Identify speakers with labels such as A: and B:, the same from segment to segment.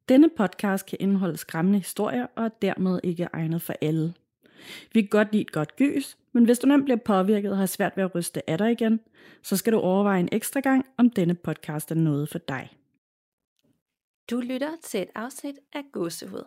A: Denne podcast kan indeholde skræmmende historier og er dermed ikke egnet for alle. Vi kan godt lide et godt gys, men hvis du nemt bliver påvirket og har svært ved at ryste af dig igen, så skal du overveje en ekstra gang, om denne podcast er noget for dig.
B: Du lytter til et afsnit af Gåsehud.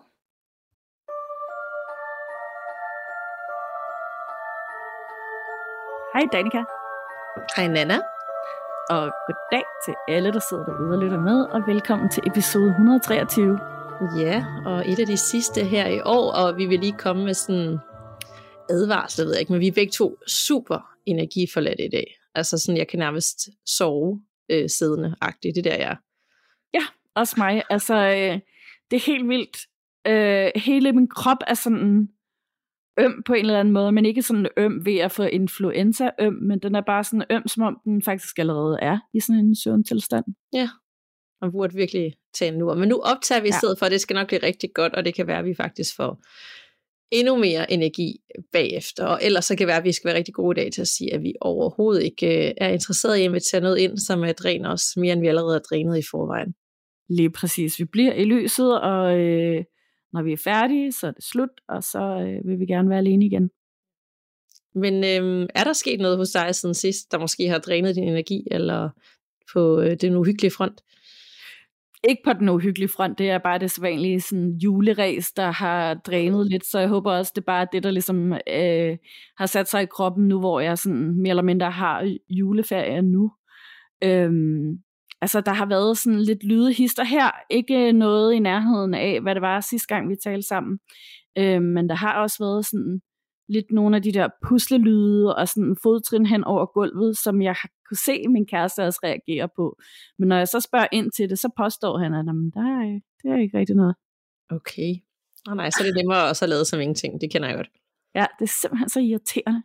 A: Hej Danika,
B: Hej Nana.
A: og goddag til alle, der sidder derude og lytter med, og velkommen til episode 123.
B: Ja, og et af de sidste her i år, og vi vil lige komme med sådan advarsel, ved jeg ikke, men vi er begge to super energiforladte i dag. Altså sådan, jeg kan nærmest sove siddende-agtigt, det der jeg er.
A: Ja, også mig. Altså, det er helt vildt. Hele min krop er sådan øm på en eller anden måde, men ikke sådan øm ved at få influenza øm, men den er bare sådan øm, som om den faktisk allerede er i sådan en søvntilstand.
B: Ja, man burde virkelig tage nu. Men nu optager vi i stedet for, at det skal nok blive rigtig godt, og det kan være, at vi faktisk får endnu mere energi bagefter. Og ellers så kan det være, at vi skal være rigtig gode i dag til at sige, at vi overhovedet ikke er interesseret i at invitere noget ind, som dræner os mere, end vi allerede er drænet i forvejen.
A: Lige præcis. Vi bliver i lyset, og når vi er færdige, så er det slut, og så vil vi gerne være alene igen.
B: Men er der sket noget hos dig siden sidst, der måske har drænet din energi, eller på den uhyggelige front?
A: Ikke på den uhyggelige front, det er bare det sædvanlige sådan juleræs, der har drænet lidt, så jeg håber også, det er bare det, der ligesom har sat sig i kroppen nu, hvor jeg sådan mere eller mindre har juleferie nu. Altså, der har været sådan lidt lydehister her, ikke noget i nærheden af, hvad det var sidste gang, vi talte sammen, men der har også været sådan lidt nogle af de der puslelyde og sådan en fodtrin hen over gulvet, som jeg har kunne se min kæreste også reagere på. Men når jeg så spørger ind til det, så påstår han, at det er ikke rigtig noget.
B: Okay. Nej, så er det nemmere også at lade som ingenting. Det kender jeg godt.
A: Ja, det er simpelthen så irriterende.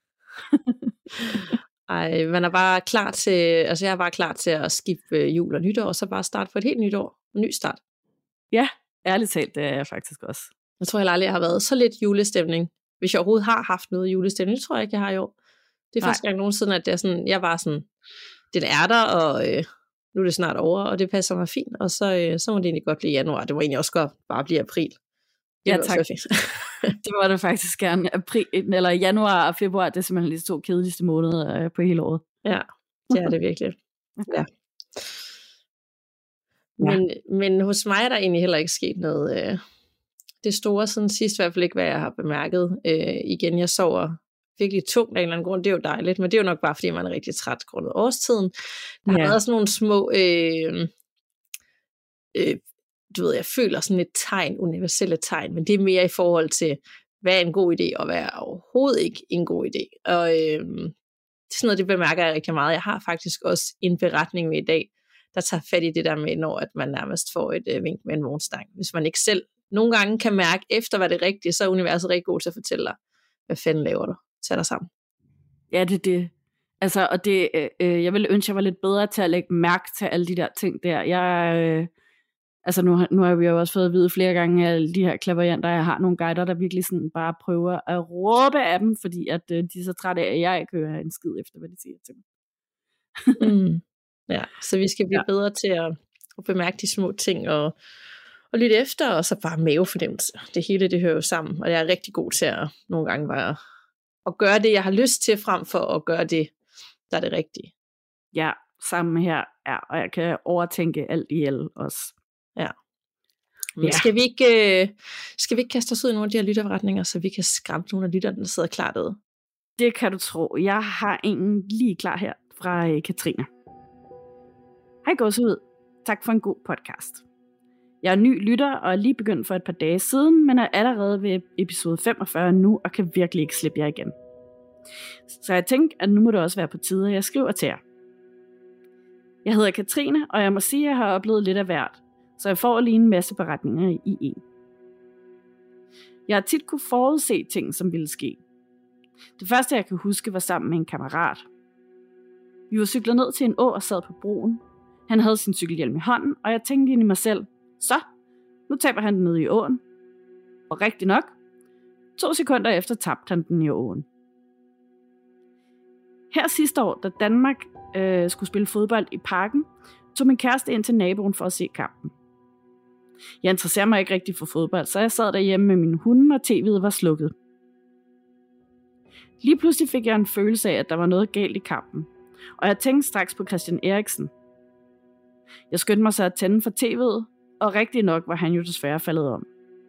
B: Ej, man er bare klar til, altså jeg er bare klar til at skifte jul og nytår, og så bare starte på et helt nyt år. En ny start.
A: Ja, ærligt talt, det er jeg faktisk også.
B: Jeg tror heller aldrig, jeg har været så lidt julestemning. Hvis jeg overhovedet har haft noget julestemning, det tror jeg ikke, jeg har i år. Det er første gang nogensinde, at det er sådan, jeg var sådan, den er der, og nu er det snart over, og det passer mig fint, og så må det egentlig godt blive januar. Det var egentlig også godt bare blive april.
A: Ja, tak. Det var det faktisk gerne. April, eller januar og februar, det er simpelthen de to kedeligste måneder på hele året.
B: Ja, det er det virkelig. Ja. Men hos mig er der egentlig heller ikke sket noget det store siden sidst, i hvert fald ikke, hvad jeg har bemærket. Igen, jeg sover virkelig tungt af en eller anden grund, det er jo dejligt, men det er jo nok bare, fordi man er rigtig træt grundet årstiden. Der har været sådan nogle små, du ved, jeg føler sådan et tegn, universelle tegn, men det er mere i forhold til, hvad er en god idé, og hvad er overhovedet ikke en god idé. Og sådan noget, det bemærker jeg rigtig meget. Jeg har faktisk også en beretning med i dag, der tager fat i det der med, når at man nærmest får et vink med en vognstang. Hvis man ikke selv nogle gange kan mærke efter, hvad det er rigtigt, så er universet rigtig god til at fortælle dig, hvad fanden laver du? Tag dig sammen.
A: Ja, det er det. Altså, og det, jeg ville ønske, jeg var lidt bedre til at lægge mærke til alle de der ting der. Altså nu har vi jo også fået at vide flere gange, at alle de her klaverjanter, jeg har nogle guider, der virkelig sådan bare prøver at råbe af dem, fordi at de er så trætte af, at jeg ikke hører en skid efter, hvad de siger til mig.
B: Ja, så vi skal blive bedre til at bemærke de små ting, og lytte efter, og så bare mavefornemmelse. Det hele, det hører jo sammen, og jeg er rigtig god til at nogle gange bare at gøre det, jeg har lyst til, frem for at gøre det, der er det rigtige.
A: Ja, sammen her, ja, og jeg kan overtænke alt ihjel også.
B: Ja. Men skal vi ikke kaste os ud i nogle af de her lytterretninger, så vi kan skræmme nogle af lytterne, der sidder klar derude?
A: Det kan du tro. Jeg har en lige klar her fra Katrine. Hej Gåsehud. Tak for en god podcast. Jeg er ny lytter og er lige begyndt for et par dage siden, men er allerede ved episode 45 nu og kan virkelig ikke slippe jer igen. Så jeg tænkte, at nu må det også være på tide, at jeg skriver til jer. Jeg hedder Katrine, og jeg må sige, at jeg har oplevet lidt af hvert, så jeg får lige en masse beretninger i en. Jeg har tit kunne forudse ting, som ville ske. Det første, jeg kan huske, var sammen med en kammerat. Vi var cyklet ned til en å og sad på broen. Han havde sin cykelhjelm i hånden, og jeg tænkte ind i mig selv, så, nu taber han den ned i åen. Og rigtig nok, 2 sekunder efter tabte han den i åen. Her sidste år, da Danmark skulle spille fodbold i parken, tog min kæreste ind til naboen for at se kampen. Jeg interesserer mig ikke rigtig for fodbold, så jeg sad derhjemme med min hunde, og tv'et var slukket. Lige pludselig fik jeg en følelse af, at der var noget galt i kampen, og jeg tænkte straks på Christian Eriksen. Jeg skyndte mig så at tænde for tv'et, og rigtig nok var han jo desværre faldet om.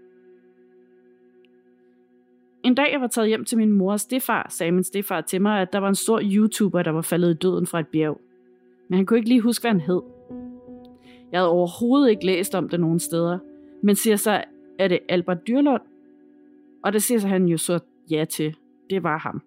A: En dag jeg var taget hjem til min mor og stedfar, sagde min stedfar til mig, at der var en stor YouTuber, der var faldet i døden fra et bjerg. Men han kunne ikke lige huske, hvad han hed. Jeg havde overhovedet ikke læst om det nogen steder, men siger så, er det Albert Dyrlund? Og det siger så han jo så ja til. Det var ham.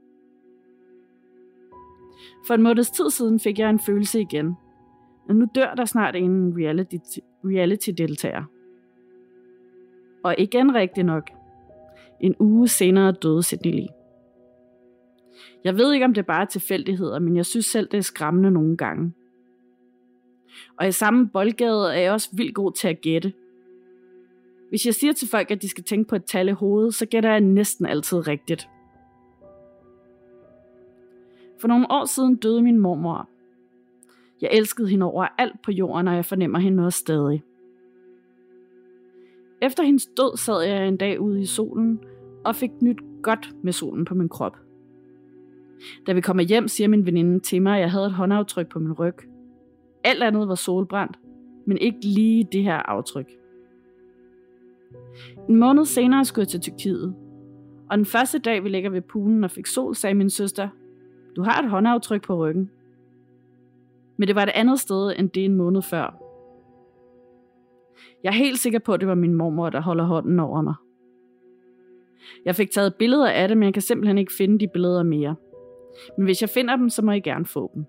A: For en måneds tid siden fik jeg en følelse igen. Og nu dør der snart en reality-deltager. Og igen rigtig nok. En uge senere døde Sydney Lee. Jeg ved ikke, om det bare er tilfældigheder, men jeg synes selv, det er skræmmende nogle gange. Og i samme boldgade er jeg også vildt god til at gætte. Hvis jeg siger til folk, at de skal tænke på et tal i hovedet, så gætter jeg næsten altid rigtigt. For nogle år siden døde min mormor. Jeg elskede hende over alt på jorden, og jeg fornemmer hende noget stadig. Efter hendes død sad jeg en dag ude i solen, og fik nyt godt med solen på min krop. Da vi kommer hjem, siger min veninde til mig, at jeg havde et håndaftryk på min ryg. Alt andet var solbrændt, men ikke lige det her aftryk. En måned senere skulle jeg til Tyrkiet, og den første dag, vi ligger ved poolen og fik sol, sagde min søster, du har et håndaftryk på ryggen. Men det var et andet sted, end det en måned før. Jeg er helt sikker på, at det var min mormor, der holder hånden over mig. Jeg fik taget billeder af det, men jeg kan simpelthen ikke finde de billeder mere. Men hvis jeg finder dem, så må I gerne få dem.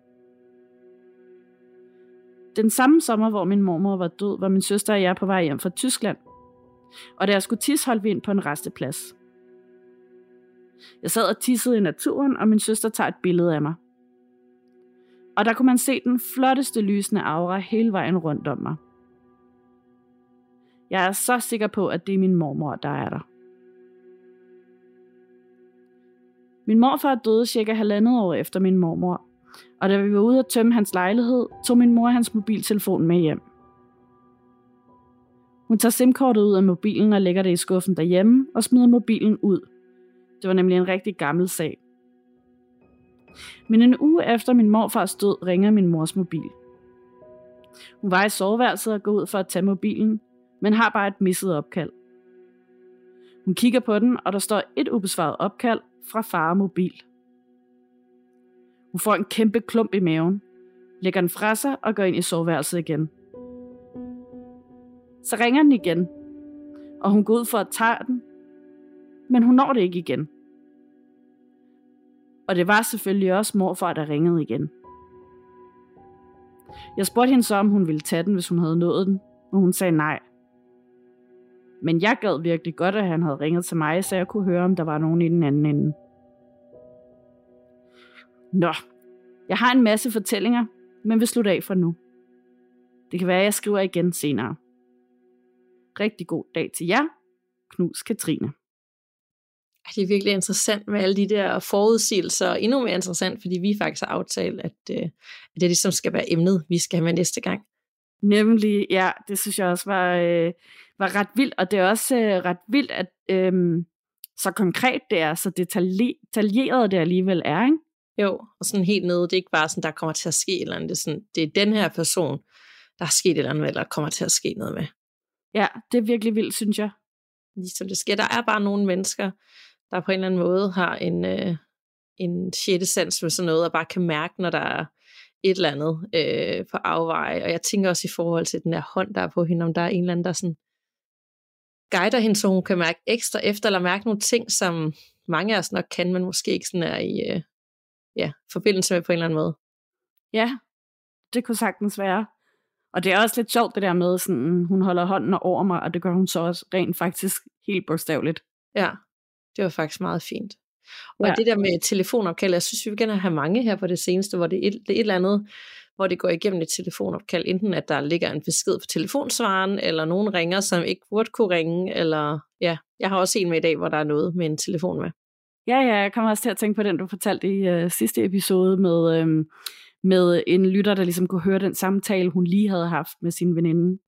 A: Den samme sommer, hvor min mormor var død, var min søster og jeg på vej hjem fra Tyskland. Og da jeg skulle tisse, holdt vi ind på en resteplads. Jeg sad og tissede i naturen, og min søster tager et billede af mig. Og der kunne man se den flotteste lysende aura hele vejen rundt om mig. Jeg er så sikker på, at det er min mormor, der er der. Min morfar døde cirka 1,5 år efter min mormor, og da vi var ude at tømme hans lejlighed, tog min mor hans mobiltelefon med hjem. Hun tager SIM-kortet ud af mobilen og lægger det i skuffen derhjemme og smider mobilen ud. Det var nemlig en rigtig gammel sag. Men en uge efter min morfars død ringer min mors mobil. Hun var i soveværelset og går ud for at tage mobilen, men har bare et misset opkald. Hun kigger på den, og der står et ubesvaret opkald fra far mobil. Hun får en kæmpe klump i maven, lægger den fra sig og går ind i soveværelset igen. Så ringer den igen, og hun går ud for at tage den, men hun når det ikke igen. Og det var selvfølgelig også morfar, der ringede igen. Jeg spurgte hende så, om hun ville tage den, hvis hun havde nået den, og hun sagde nej. Men jeg gad virkelig godt, at han havde ringet til mig, så jeg kunne høre, om der var nogen i den anden ende. Nå, jeg har en masse fortællinger, men vil slutte af for nu. Det kan være, at jeg skriver igen senere. Rigtig god dag til jer. Knus Katrine.
B: Det er virkelig interessant med alle de der forudsigelser, og endnu mere interessant, fordi vi faktisk har aftalt, at det ligesom skal være emnet, vi skal have med næste gang.
A: Nemlig, ja, det synes jeg også var ret vildt, og det er også ret vildt, at så konkret det er, så detaljeret det alligevel er, ikke?
B: Jo, og sådan helt nede, det er ikke bare sådan, der kommer til at ske et eller andet, det er den her person, der er sket et eller andet med, eller kommer til at ske noget med.
A: Ja, det er virkelig vildt, synes jeg.
B: Ligesom det sker, der er bare nogle mennesker, der på en eller anden måde har en sjette sans med sådan noget, og bare kan mærke, når der er et eller andet på afveje. Og jeg tænker også i forhold til den der hånd, der er på hende, om der er en eller anden, der sådan guider hende, så hun kan mærke ekstra efter, eller mærke nogle ting, som mange af os nok kan, men måske ikke sådan er i forbindelse med på en eller anden måde.
A: Ja, det kunne sagtens være. Og det er også lidt sjovt det der med, sådan, hun holder hånden over mig, og det gør hun så også rent faktisk helt bogstaveligt.
B: Ja, det var faktisk meget fint. Og det der med telefonopkald, jeg synes, vi vil gerne have mange her på det seneste, hvor det er et eller andet, hvor det går igennem et telefonopkald, enten at der ligger en besked på telefonsvaren, eller nogen ringer, som ikke burde kunne ringe, eller ja, jeg har også en med i dag, hvor der er noget med en telefon med.
A: Ja, jeg kommer også til at tænke på den, du fortalte i sidste episode med en lytter, der ligesom kunne høre den samtale, hun lige havde haft med sin veninde,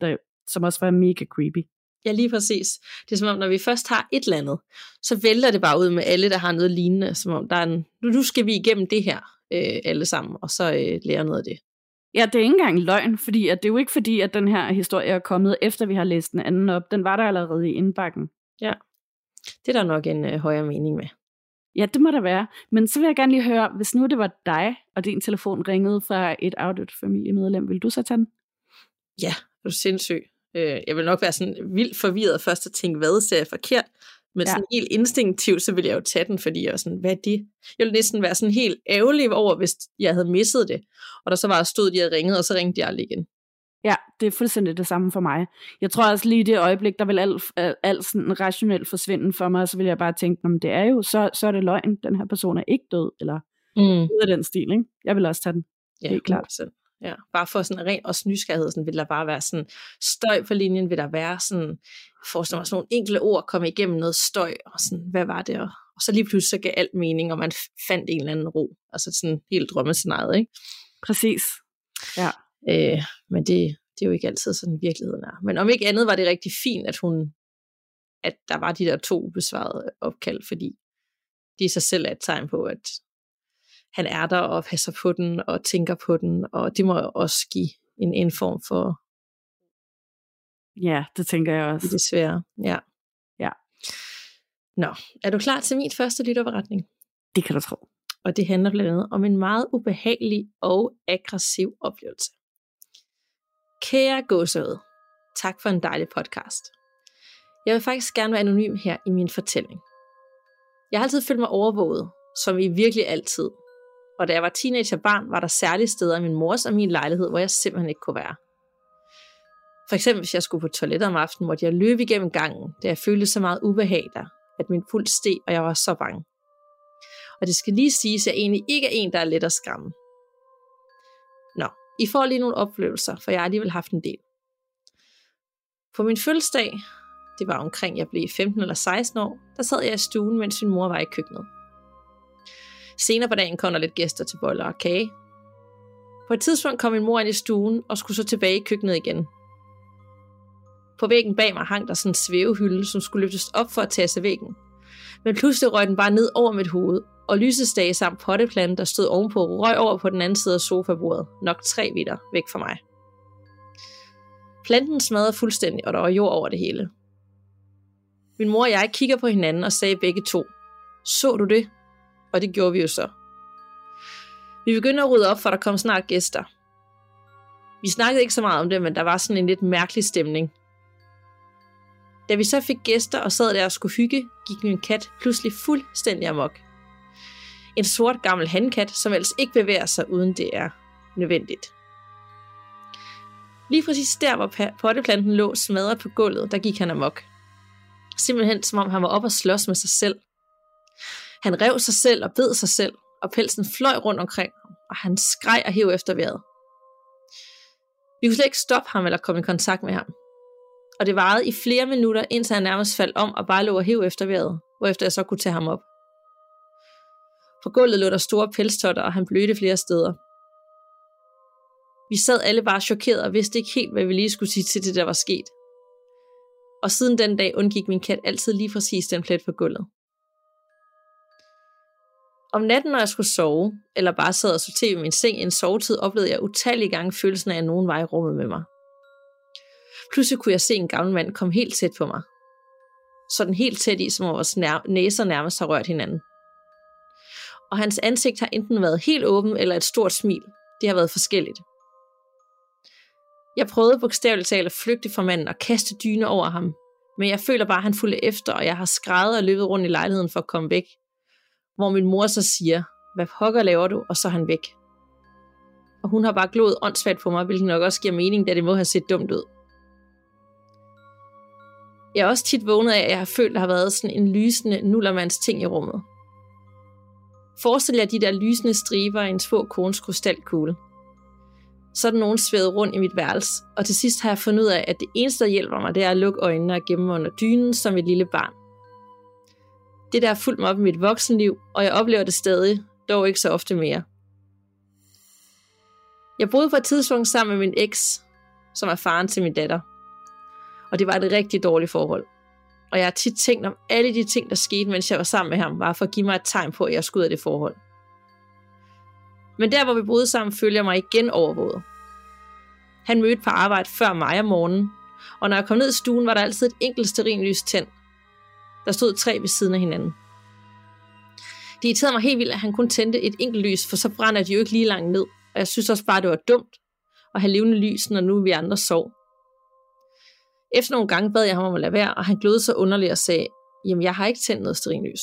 A: som også var mega creepy.
B: Ja, lige præcis. Det er som om, når vi først har et eller andet, så vælter det bare ud med alle, der har noget lignende, som om der er nu skal vi igennem det her alle sammen, og så lære noget af det.
A: Ja, det er ikke engang løgn, fordi at det er jo ikke fordi, at den her historie er kommet, efter vi har læst den anden op. Den var der allerede i indbakken.
B: Ja, det er der nok en højere mening med.
A: Ja, det må der være. Men så vil jeg gerne lige høre, hvis nu det var dig, og din telefon ringede fra et afdødt familiemedlem, vil du så tage den?
B: Ja, det er sindssygt. Jeg vil nok være sådan vildt forvirret først at tænke, hvad ser jeg forkert? Men sådan helt instinktivt, så ville jeg jo tage den, fordi jeg var sådan, hvad er det? Jeg ville næsten være sådan helt ærgerlig over, hvis jeg havde misset det. Og der så bare stod, de havde ringet, og så ringte de aldrig igen.
A: Ja, det er fuldstændig det samme for mig. Jeg tror også lige i det øjeblik, der vil alt sådan rationelt forsvinde for mig, så vil jeg bare tænke, det er jo, så er det løgn, den her person er ikke død, eller ud af den stil, ikke? Jeg vil også tage den, helt klart.
B: 100%. Ja, bare for sådan ren også nysgerrighed, sådan vil der bare være sådan støj på linjen, vil der være sådan, forestil mig sådan nogle enkelte ord komme igennem noget støj, og sådan, hvad var det? Og så lige pludselig så gav alt mening, og man fandt en eller anden ro. Altså sådan helt drømmescenariet, ikke?
A: Præcis, ja.
B: Men det er jo ikke altid sådan virkeligheden er. Men om ikke andet var det rigtig fint, at der var de der 2 ubesvarede opkald, fordi det i sig selv er et tegn på, at han er der og passer på den og tænker på den, og det må også give en form for...
A: Ja, det tænker jeg også.
B: Desværre, ja.
A: Ja.
B: Nå, er du klar til min første lytterberetning?
A: Det kan du tro.
B: Og det handler blandt andet om en meget ubehagelig og aggressiv oplevelse. Kære gåsehud, tak for en dejlig podcast. Jeg vil faktisk gerne være anonym her i min fortælling. Jeg har altid følt mig overvåget, som i virkelig altid. Og da jeg var teenagerbarn, var der særlige steder i min mors og min lejlighed, hvor jeg simpelthen ikke kunne være. For eksempel, hvis jeg skulle på toilettet om aftenen, måtte jeg løbe igennem gangen, da jeg følte så meget ubehag der, at min puls steg, og jeg var så bange. Og det skal lige siges, at jeg egentlig ikke er en, der er let at skræmme. Nå, I får lige nogle oplevelser, for jeg har alligevel haft en del. På min fødselsdag, det var omkring jeg blev 15 eller 16 år, der sad jeg i stuen, mens min mor var i køkkenet. Senere på dagen kom der lidt gæster til boller og kage. På et tidspunkt kom min mor ind i stuen og skulle så tilbage i køkkenet igen. På væggen bag mig hang der sådan en svævehylde, som skulle løftes op for at tage sig væggen. Men pludselig røg den bare ned over mit hoved, og lysestage samt potteplante, der stod ovenpå, røg over på den anden side af sofabordet, nok 3 meter væk fra mig. Planten smadrede fuldstændig, og der var jord over det hele. Min mor og jeg kigger på hinanden og sagde begge to, så du det? Og det gjorde vi jo så. Vi begyndte at rydde op, for der kom snart gæster. Vi snakkede ikke så meget om det, men der var sådan en lidt mærkelig stemning. Da vi så fik gæster og sad der og skulle hygge, gik min kat pludselig fuldstændig amok. En sort gammel hankat, som ellers ikke bevæger sig, uden det er nødvendigt. Lige præcis der, hvor potteplanten lå smadret på gulvet, der gik han amok. Simpelthen som om han var oppe og slås med sig selv. Han rev sig selv og bed sig selv, og pelsen fløj rundt omkring ham, og han skreg og hev efter vejret. Vi kunne slet ikke stoppe ham eller komme i kontakt med ham. Og det varede i flere minutter, indtil han nærmest faldt om og bare lå og hev efter vejret, hvorefter jeg så kunne tage ham op. På gulvet lå der store pelstotter, og han blødte flere steder. Vi sad alle bare chokeret og vidste ikke helt, hvad vi lige skulle sige til det, der var sket. Og siden den dag undgik min kat altid lige præcis den plet på gulvet. Om natten, når jeg skulle sove, eller bare sad og så tv i min seng i en sovetid, oplevede jeg utallige gange følelsen af, at nogen var i rummet med mig. Pludselig kunne jeg se en gammel mand komme helt tæt på mig. Sådan helt tæt i, som om vores næser nærmest har rørt hinanden. Og hans ansigt har enten været helt åben eller et stort smil. Det har været forskelligt. Jeg prøvede bogstaveligt talt at flygte fra manden og kaste dyne over ham, men jeg føler bare, at han fulgte efter, og jeg har skræddet og løbet rundt i lejligheden for at komme væk. Hvor min mor så siger, hvad pokker laver du, og så er han væk. Og hun har bare glået åndssvagt på mig, hvilket nok også giver mening, da det må have set dumt ud. Jeg er også tit vågnet af, at jeg har følt, at der har været sådan en lysende nullermands ting i rummet. Forestil jer de der lysende striber i en svår kones krystalkugle. Så er der nogen svævet rundt i mit værelse, og til sidst har jeg fundet ud af, at det eneste, der hjælper mig, det er at lukke øjnene og gemme mig under dynen som et lille barn. Det der har fulgt mig op i mit voksenliv, og jeg oplever det stadig, dog ikke så ofte mere. Jeg boede på et tidspunkt sammen med min eks, som er faren til min datter. Og det var et rigtig dårligt forhold. Og jeg har tit tænkt om alle de ting, der skete, mens jeg var sammen med ham, var for at give mig et tegn på, at jeg skulle ud af det forhold. Men der, hvor vi boede sammen, følte jeg mig igen overvåget. Han mødte på arbejde før mig om morgenen, og når jeg kom ned i stuen, var der altid et enkelt stearinlys tændt. Der stod 3 ved siden af hinanden. Det irriterede mig helt vildt, at han kun tændte et enkelt lys, for så brænder de jo ikke lige langt ned. Og jeg synes også bare, det var dumt at have levende lys, når nu vi andre sov. Efter nogle gange bad jeg ham om at lade være, og han glødede så underligt og sagde, jamen jeg har ikke tændt noget stearinlys.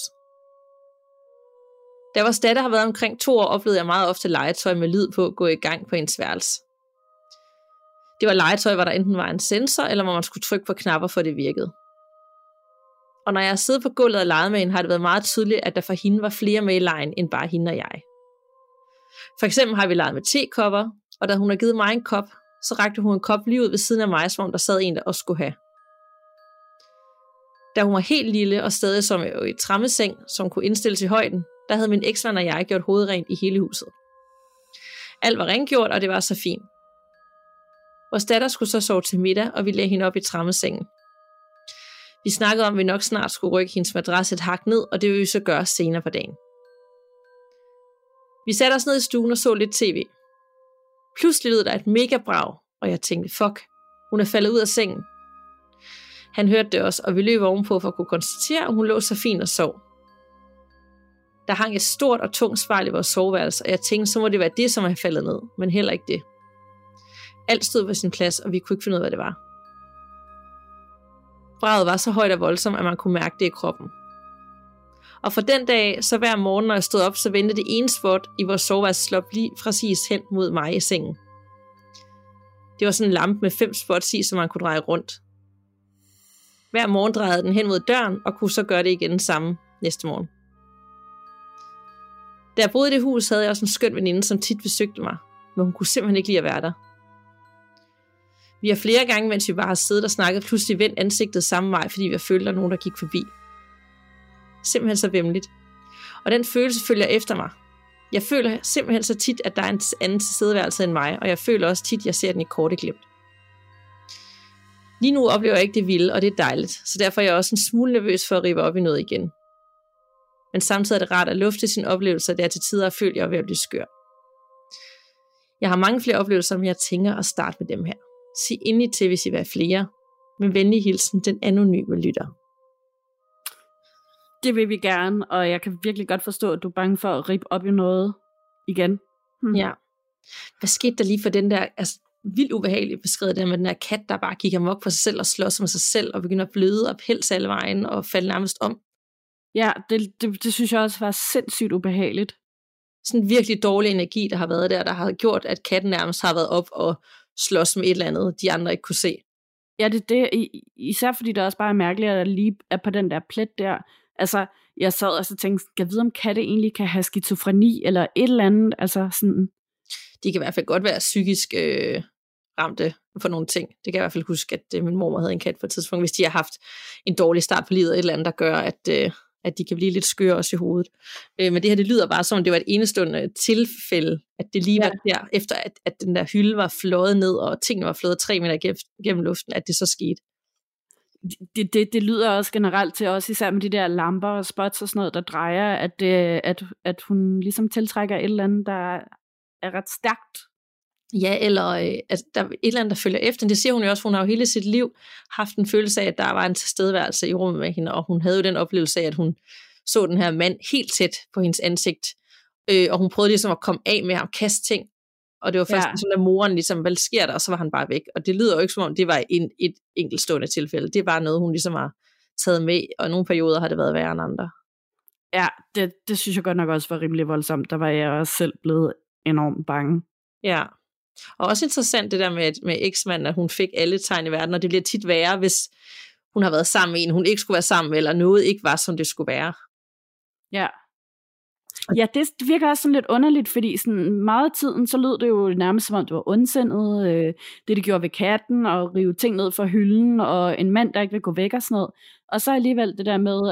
B: Da vores datter har været omkring 2 år, oplevede jeg meget ofte legetøj med lyd på gå i gang på hendes værelse. Det var legetøj, hvor der enten var en sensor, eller hvor man skulle trykke på knapper, for det virkede. Og når jeg har siddet på gulvet og leget med hende, har det været meget tydeligt, at der for hende var flere med i lejen, end bare hende og jeg. For eksempel har vi leget med tekopper, og da hun har givet mig en kop, så rakte hun en kop lige ud ved siden af mig, som om der sad en, der også skulle have. Da hun var helt lille og stadig som i trammeseng, som kunne indstilles i højden, der havde min eksmand og jeg gjort hovedrent i hele huset. Alt var rengjort, og det var så fint. Vores datter skulle så sove til middag, og vi lagde hende op i trammesengen. Vi snakkede om, at vi nok snart skulle rykke hendes madras et hak ned, og det ville vi så gøre senere på dagen. Vi satte os ned i stuen og så lidt tv. Pludselig lød der et mega brag, og jeg tænkte, fuck, hun er faldet ud af sengen. Han hørte det også, og vi løb ovenpå for at kunne konstatere, at hun lå så fint og sov. Der hang et stort og tungt spejl i vores soveværelse, og jeg tænkte, så må det være det, som er faldet ned, men heller ikke det. Alt stod på sin plads, og vi kunne ikke finde ud af, hvad det var. Braget var så højt og voldsomt, at man kunne mærke det i kroppen. Og fra den dag, så hver morgen, når jeg stod op, så vendte det ene spot i vores soveværelseslop lige præcis hen mod mig i sengen. Det var sådan en lampe med 5 spots i, som man kunne dreje rundt. Hver morgen drejede den hen mod døren, og kunne så gøre det igen samme næste morgen. Da jeg boede i det hus, havde jeg også en skøn veninde, som tit besøgte mig, men hun kunne simpelthen ikke lide at være der. Vi har flere gange, mens vi bare har siddet og snakket, pludselig vendt ansigtet samme vej, fordi vi følte, at nogen der gik forbi. Simpelthen så væmmeligt. Og den følelse følger efter mig. Jeg føler simpelthen så tit, at der er en anden tilstedeværelse end mig, og jeg føler også tit, at jeg ser den i korte glimt. Lige nu oplever jeg ikke det vilde, og det er dejligt, så derfor er jeg også en smule nervøs for at rive op i noget igen. Men samtidig er det rart at lufte sine oplevelser, der til tider har følt, at jeg er ved at blive skør. Jeg har mange flere oplevelser, men jeg tænker at starte med dem her. Sig endelig til, hvis I vil have flere. Med venlig hilsen, den anonyme lytter.
A: Det vil vi gerne, og jeg kan virkelig godt forstå, at du er bange for at rippe op i noget igen.
B: Ja. Hvad skete der lige for den der vildt ubehageligt beskrevet der med den der kat, der bare gik amok for sig selv og slås med sig selv og begynder at bløde og pelse alle vejen og falde nærmest om?
A: Ja, det synes jeg også var sindssygt ubehageligt.
B: Sådan en virkelig dårlig energi, der har været der har gjort, at katten nærmest har været op og slås med et eller andet, de andre ikke kunne se.
A: Ja, det især fordi det også bare er mærkeligt, at der lige er på den der plet der. Altså, jeg sad og så tænkte, skal jeg vide, om katte egentlig kan have skizofreni eller et eller andet? Altså sådan.
B: De kan i hvert fald godt være psykisk ramte for nogle ting. Det kan jeg i hvert fald huske, at min mor havde en kat på et tidspunkt, hvis de har haft en dårlig start på livet, et eller andet, der gør, at de kan blive lidt skøre også i hovedet. Men det her, det lyder bare som, det var et enestående tilfælde, at det lige var der, efter at den der hylde var fløjet ned, og tingene var fløjet 3 meter gennem luften, at det så skete.
A: Det lyder også generelt til os, især med de der lamper og spots og sådan noget, der drejer, at hun ligesom tiltrækker et eller andet, der er ret stærkt.
B: Ja, eller at der er et eller andet, der følger efter. Det siger hun jo også, hun har jo hele sit liv haft en følelse af, at der var en tilstedeværelse i rummet med hende, og hun havde jo den oplevelse af, at hun så den her mand helt tæt på hendes ansigt, og hun prøvede ligesom at komme af med ham, kaste ting, og det var først sådan, at moren ligesom, hvad sker der, og så var han bare væk, og det lyder jo ikke som om, det var et enkeltstående tilfælde, det er bare noget, hun ligesom har taget med, og i nogle perioder har det været værre end andre.
A: Ja, det synes jeg godt nok også var rimelig voldsomt, der var jeg også selv blevet enormt bange.
B: Ja. Og også interessant det der med eksmanden, at hun fik alle tegn i verden, og det bliver tit værre, hvis hun har været sammen med en, hun ikke skulle være sammen med, eller noget ikke var, som det skulle være.
A: Ja. Ja, det virker også sådan lidt underligt, fordi sådan meget af tiden, så lød det jo nærmest som om, det var ondsindet, det gjorde ved katten, og rive ting ned fra hylden, og en mand, der ikke vil gå væk og sådan noget. Og så alligevel det der med,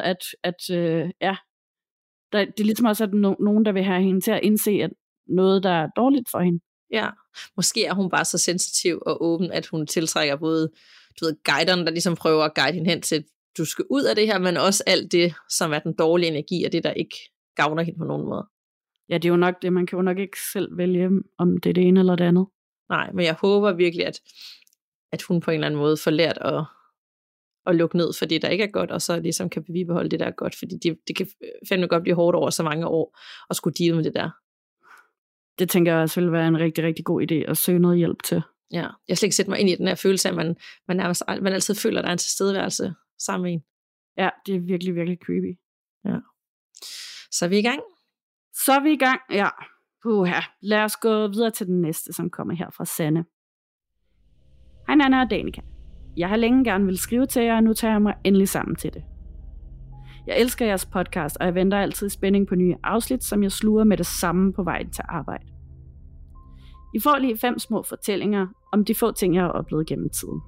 A: det er ligesom også, at nogen, der vil have hende til at indse, at noget, der er dårligt for hende.
B: Ja, måske er hun bare så sensitiv og åben, at hun tiltrækker både guiderne, der ligesom prøver at guide hende hen til, du skal ud af det her, men også alt det, som er den dårlige energi, og det, der ikke gavner hende på nogen måde.
A: Ja, det er jo nok det. Man kan jo nok ikke selv vælge, om det er det ene eller det andet.
B: Nej, men jeg håber virkelig, at hun på en eller anden måde får lært at lukke ned for det, der ikke er godt, og så ligesom kan bibeholde det, der er godt, fordi det kan fandme godt blive hårdt over så mange år, at skulle deal med det der. Det
A: tænker jeg også vil være en rigtig, rigtig god idé at søge noget hjælp til.
B: Ja, jeg skal ikke sætte mig ind i den her følelse af, at man altid føler, at der er en tilstedeværelse sammen med en.
A: Ja, det er virkelig, virkelig creepy.
B: Ja. Så er vi i gang?
A: Ja. Lad os gå videre til den næste, som kommer her fra Sanne. Hej Nanna og Danika. Jeg har længe gerne vil skrive til jer, og nu tager jeg mig endelig sammen til det. Jeg elsker jeres podcast, og jeg venter altid i spænding på nye afsnit, som jeg sluger med det samme på vejen til arbejde. I får lige 5 små fortællinger om de få ting, jeg har oplevet gennem tiden.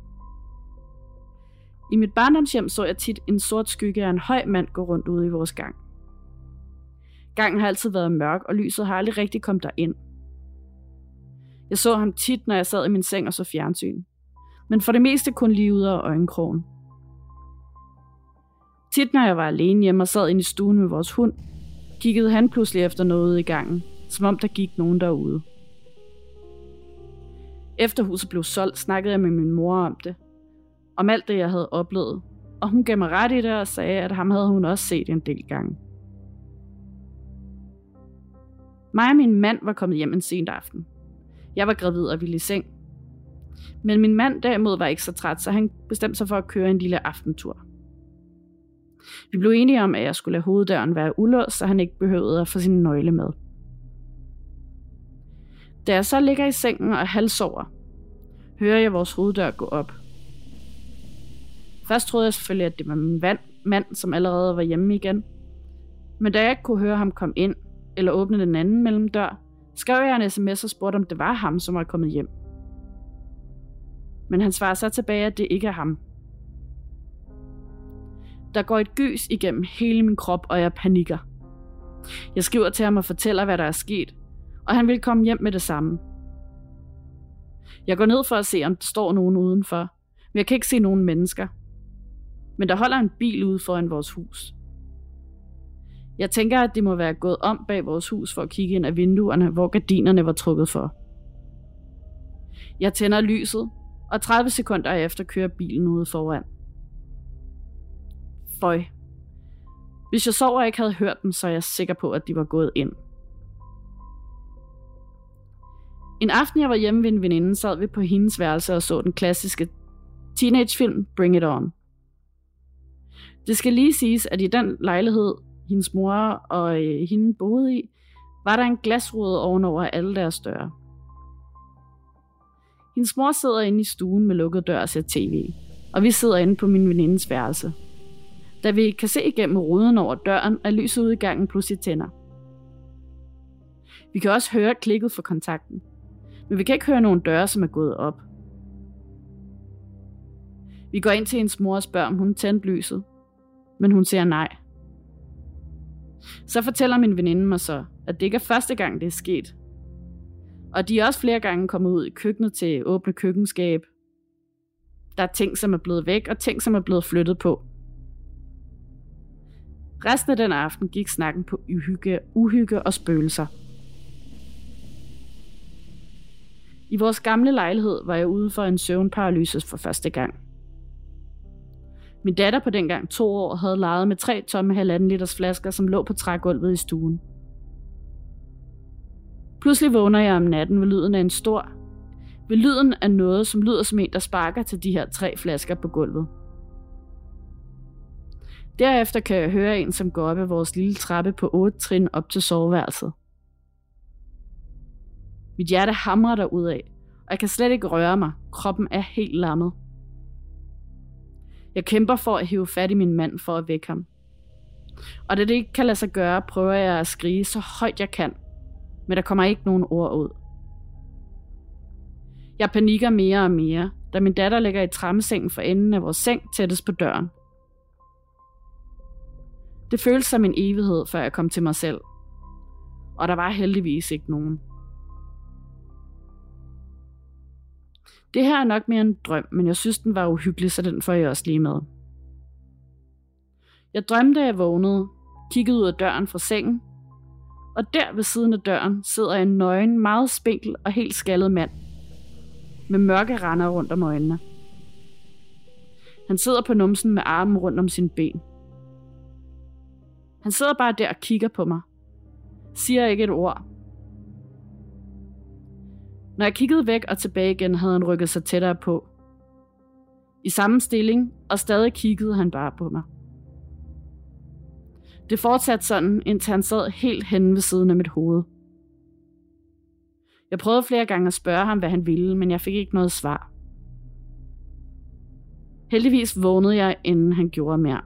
A: I mit barndomshjem så jeg tit en sort skygge af en høj mand gå rundt ude i vores gang. Gangen har altid været mørk, og lyset har aldrig rigtig kommet derind. Jeg så ham tit, når jeg sad i min seng og så fjernsyn, men for det meste kun lige ude af øjenkrogen. Tit når jeg var alene hjemme og sad inde i stuen med vores hund, kiggede han pludselig efter noget i gangen, som om der gik nogen derude. Efter huset blev solgt, snakkede jeg med min mor om det, om alt det jeg havde oplevet, og hun gav mig ret i det og sagde, at ham havde hun også set en del gange. Mig og min mand var kommet hjem en sent aften. Jeg var gravid og ville i seng. Men min mand derimod var ikke så træt, så han bestemte sig for at køre en lille aftentur. Vi blev enige om, at jeg skulle lade hoveddøren være ulåst, så han ikke behøvede at få sin nøgle med. Da jeg så ligger i sengen og halvsover, hører jeg vores hoveddør gå op. Først troede jeg selvfølgelig, at det var min mand, som allerede var hjemme igen. Men da jeg ikke kunne høre ham komme ind, eller åbne den anden mellemdør, skrev jeg en sms og spurgte, om det var ham, som var kommet hjem. Men han svarer så tilbage, at det ikke er ham. Der går et gys igennem hele min krop, og jeg panikker. Jeg skriver til ham og fortæller, hvad der er sket, og han vil komme hjem med det samme. Jeg går ned for at se, om der står nogen udenfor, men jeg kan ikke se nogen mennesker. Men der holder en bil ude foran vores hus. Jeg tænker, at det må være gået om bag vores hus for at kigge ind af vinduerne, hvor gardinerne var trukket for. Jeg tænder lyset, og 30 sekunder efter kører bilen ude foran. Føj. Hvis jeg sover og ikke havde hørt dem, så er jeg sikker på, at de var gået ind. En aften, jeg var hjemme ved en veninde, sad vi på hendes værelse og så den klassiske teenagefilm Bring It On. Det skal lige siges, at i den lejlighed, hendes mor og hende boede i, var der en glasrude ovenover alle deres døre. Hendes mor sidder inde i stuen med lukket dør og ser tv, og vi sidder inde på min venindes værelse. Da vi kan se igennem ruden over døren, er lyset ude i gangen pludselig tænder. Vi kan også høre klikket for kontakten, men vi kan ikke høre nogen døre, som er gået op. Vi går ind til hendes mor og spørger, om hun tændte lyset, men hun siger nej. Så fortæller min veninde mig så, at det ikke er første gang, det er sket. Og de er også flere gange kommet ud i køkkenet til at åbne køkkenskab. Der er ting, som er blevet væk, og ting, som er blevet flyttet på. Resten af den aften gik snakken på uhygge og spøgelser. I vores gamle lejlighed var jeg ude for en søvnparalyse for første gang. Min datter på dengang 2 år havde leget med 3 tomme 1,5 liters flasker, som lå på trægulvet i stuen. Pludselig vågner jeg om natten ved lyden af noget, som lyder som en, der sparker til de her 3 flasker på gulvet. Derefter kan jeg høre en, som går op ad vores lille trappe på 8 trin op til soveværelset. Mit hjerte hamrer derudad, og jeg kan slet ikke røre mig. Kroppen er helt lammet. Jeg kæmper for at hive fat i min mand for at vække ham. Og da det ikke kan lade sig gøre, prøver jeg at skrige så højt jeg kan, men der kommer ikke nogen ord ud. Jeg panikker mere og mere, da min datter ligger i trammesengen for enden af vores seng tættest på døren. Det føltes som en evighed, før jeg kom til mig selv. Og der var heldigvis ikke nogen. Det her er nok mere en drøm, men jeg synes, den var uhyggelig, så den får jeg også lige med. Jeg drømte, at jeg vågnede, kiggede ud af døren fra sengen, og der ved siden af døren sidder en nøgen, meget spinkel og helt skaldet mand, med mørke render rundt om øjnene. Han sidder på numsen med armen rundt om sine ben. Han sidder bare der og kigger på mig. Siger ikke et ord. Når jeg kiggede væk og tilbage igen, havde han rykket sig tættere på. I samme stilling, og stadig kiggede han bare på mig. Det fortsatte sådan, indtil han sad helt henne ved siden af mit hoved. Jeg prøvede flere gange at spørge ham, hvad han ville, men jeg fik ikke noget svar. Heldigvis vågnede jeg, inden han gjorde mere.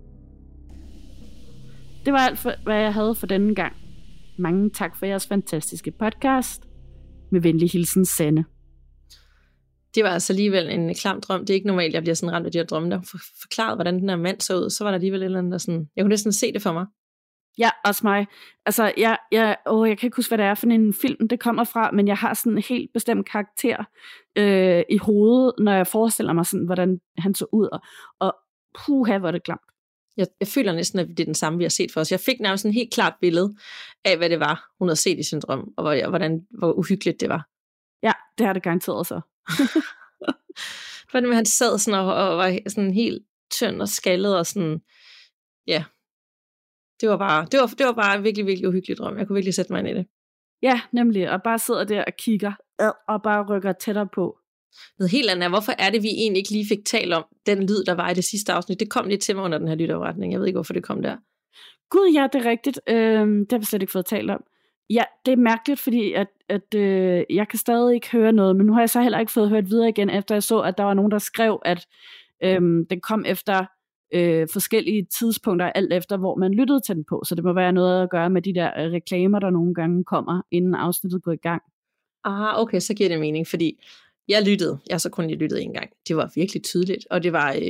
A: Det var alt, hvad jeg havde for denne gang. Mange tak for jeres fantastiske podcast. Med venlig hilsen, Sanne.
B: Det var altså alligevel en klam drøm. Det er ikke normalt, jeg bliver sådan ramt af de her drømme, der forklaret, hvordan den her mand så ud. Så var der alligevel et eller andet, der sådan... Jeg kunne næsten se det for mig.
A: Ja, også mig. Altså, jeg kan ikke huske, hvad det er for en film, det kommer fra, men jeg har sådan en helt bestemt karakter i hovedet, når jeg forestiller mig sådan, hvordan han så ud. Og puha, hvor er det klamt.
B: Jeg føler næsten, at det er den samme, vi har set for os. Jeg fik nærmest en helt klart billede af, hvad det var, hun havde set i sin drøm, og hvor uhyggeligt det var.
A: Ja, det har det garanteret så.
B: Hvordan han sad sådan og var sådan helt tynd og skaldet og sådan, ja. Det var bare en virkelig, virkelig uhyggelig drøm. Jeg kunne virkelig sætte mig ind i det.
A: Ja, nemlig. Og bare sidder der og kigger, og bare rykker tættere på.
B: Noget helt andet er, hvorfor er det, vi egentlig ikke lige fik talt om den lyd, der var i det sidste afsnit? Det kom lige til mig under den her lytopretning. Jeg ved ikke, hvorfor det kom der.
A: Gud, ja, det er rigtigt. Det har vi slet ikke fået talt om. Ja, det er mærkeligt, fordi at jeg kan stadig ikke høre noget, men nu har jeg så heller ikke fået hørt videre igen, efter jeg så, at der var nogen, der skrev, at den kom efter forskellige tidspunkter, alt efter, hvor man lyttede til den på. Så det må være noget at gøre med de der reklamer, der nogle gange kommer, inden afsnittet går i gang.
B: Okay, så giver det mening, fordi jeg har så kun lige lyttet en gang. Det var virkelig tydeligt, og det var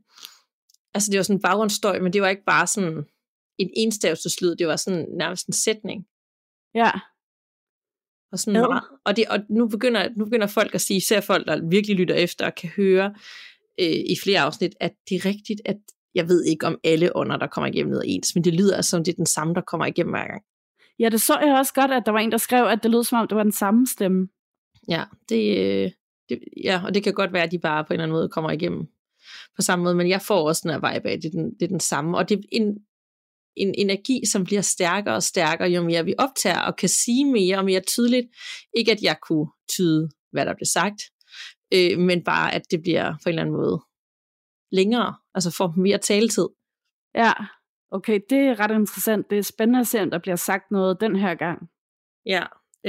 B: det var sådan en baggrundsstøj, men det var ikke bare sådan en enstavselslyd, det var sådan nærmest en sætning.
A: Ja.
B: Og sådan meget. Og nu begynder folk at sige, især folk, der virkelig lytter efter og kan høre i flere afsnit, at det er rigtigt, at jeg ved ikke om alle ånder, der kommer igennem noget ens, men det lyder som det er den samme, der kommer igennem hver gang. Ja,
A: det så jeg også godt, at der var en, der skrev, at det lød som om, det var den samme stemme.
B: Ja, og det kan godt være, at de bare på en eller anden måde kommer igennem på samme måde, men jeg får også den her vibe af, det er den samme, og det er en energi, som bliver stærkere og stærkere, jo mere vi optager og kan sige mere og mere tydeligt. Ikke at jeg kunne tyde, hvad der blev sagt, men bare at det bliver på en eller anden måde længere, altså får mere taletid.
A: Ja, okay, det er ret interessant. Det er spændende at se, om der bliver sagt noget den her gang.
B: Ja,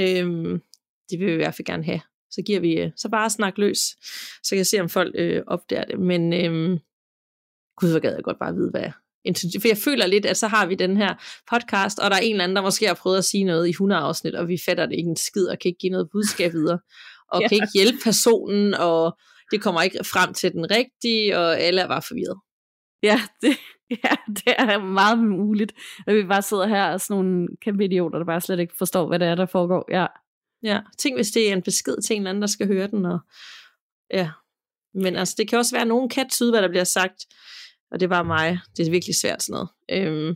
B: det vil vi i hvert fald gerne have. Så giver vi så bare snak løs, så kan jeg se, om folk opdager det. Men gud, hvor gad jeg godt bare vide, hvad for jeg føler lidt, at så har vi den her podcast, og der er en eller anden, der måske har prøvet at sige noget i 100 afsnit, og vi fatter det ikke en skid, og kan ikke give noget budskab videre, og kan ikke hjælpe personen, og det kommer ikke frem til den rigtige, og alle er bare forvirret.
A: Ja, det er meget muligt, at vi bare sidder her og sådan nogle kæmpe idioter, der bare slet ikke forstår, hvad det er, der foregår.
B: Ja, tænk hvis det er en besked til en eller anden, der skal høre den, og ja. Men altså, det kan også være, at nogen kan tyde, hvad der bliver sagt, og det er bare mig. Det er virkelig svært sådan noget.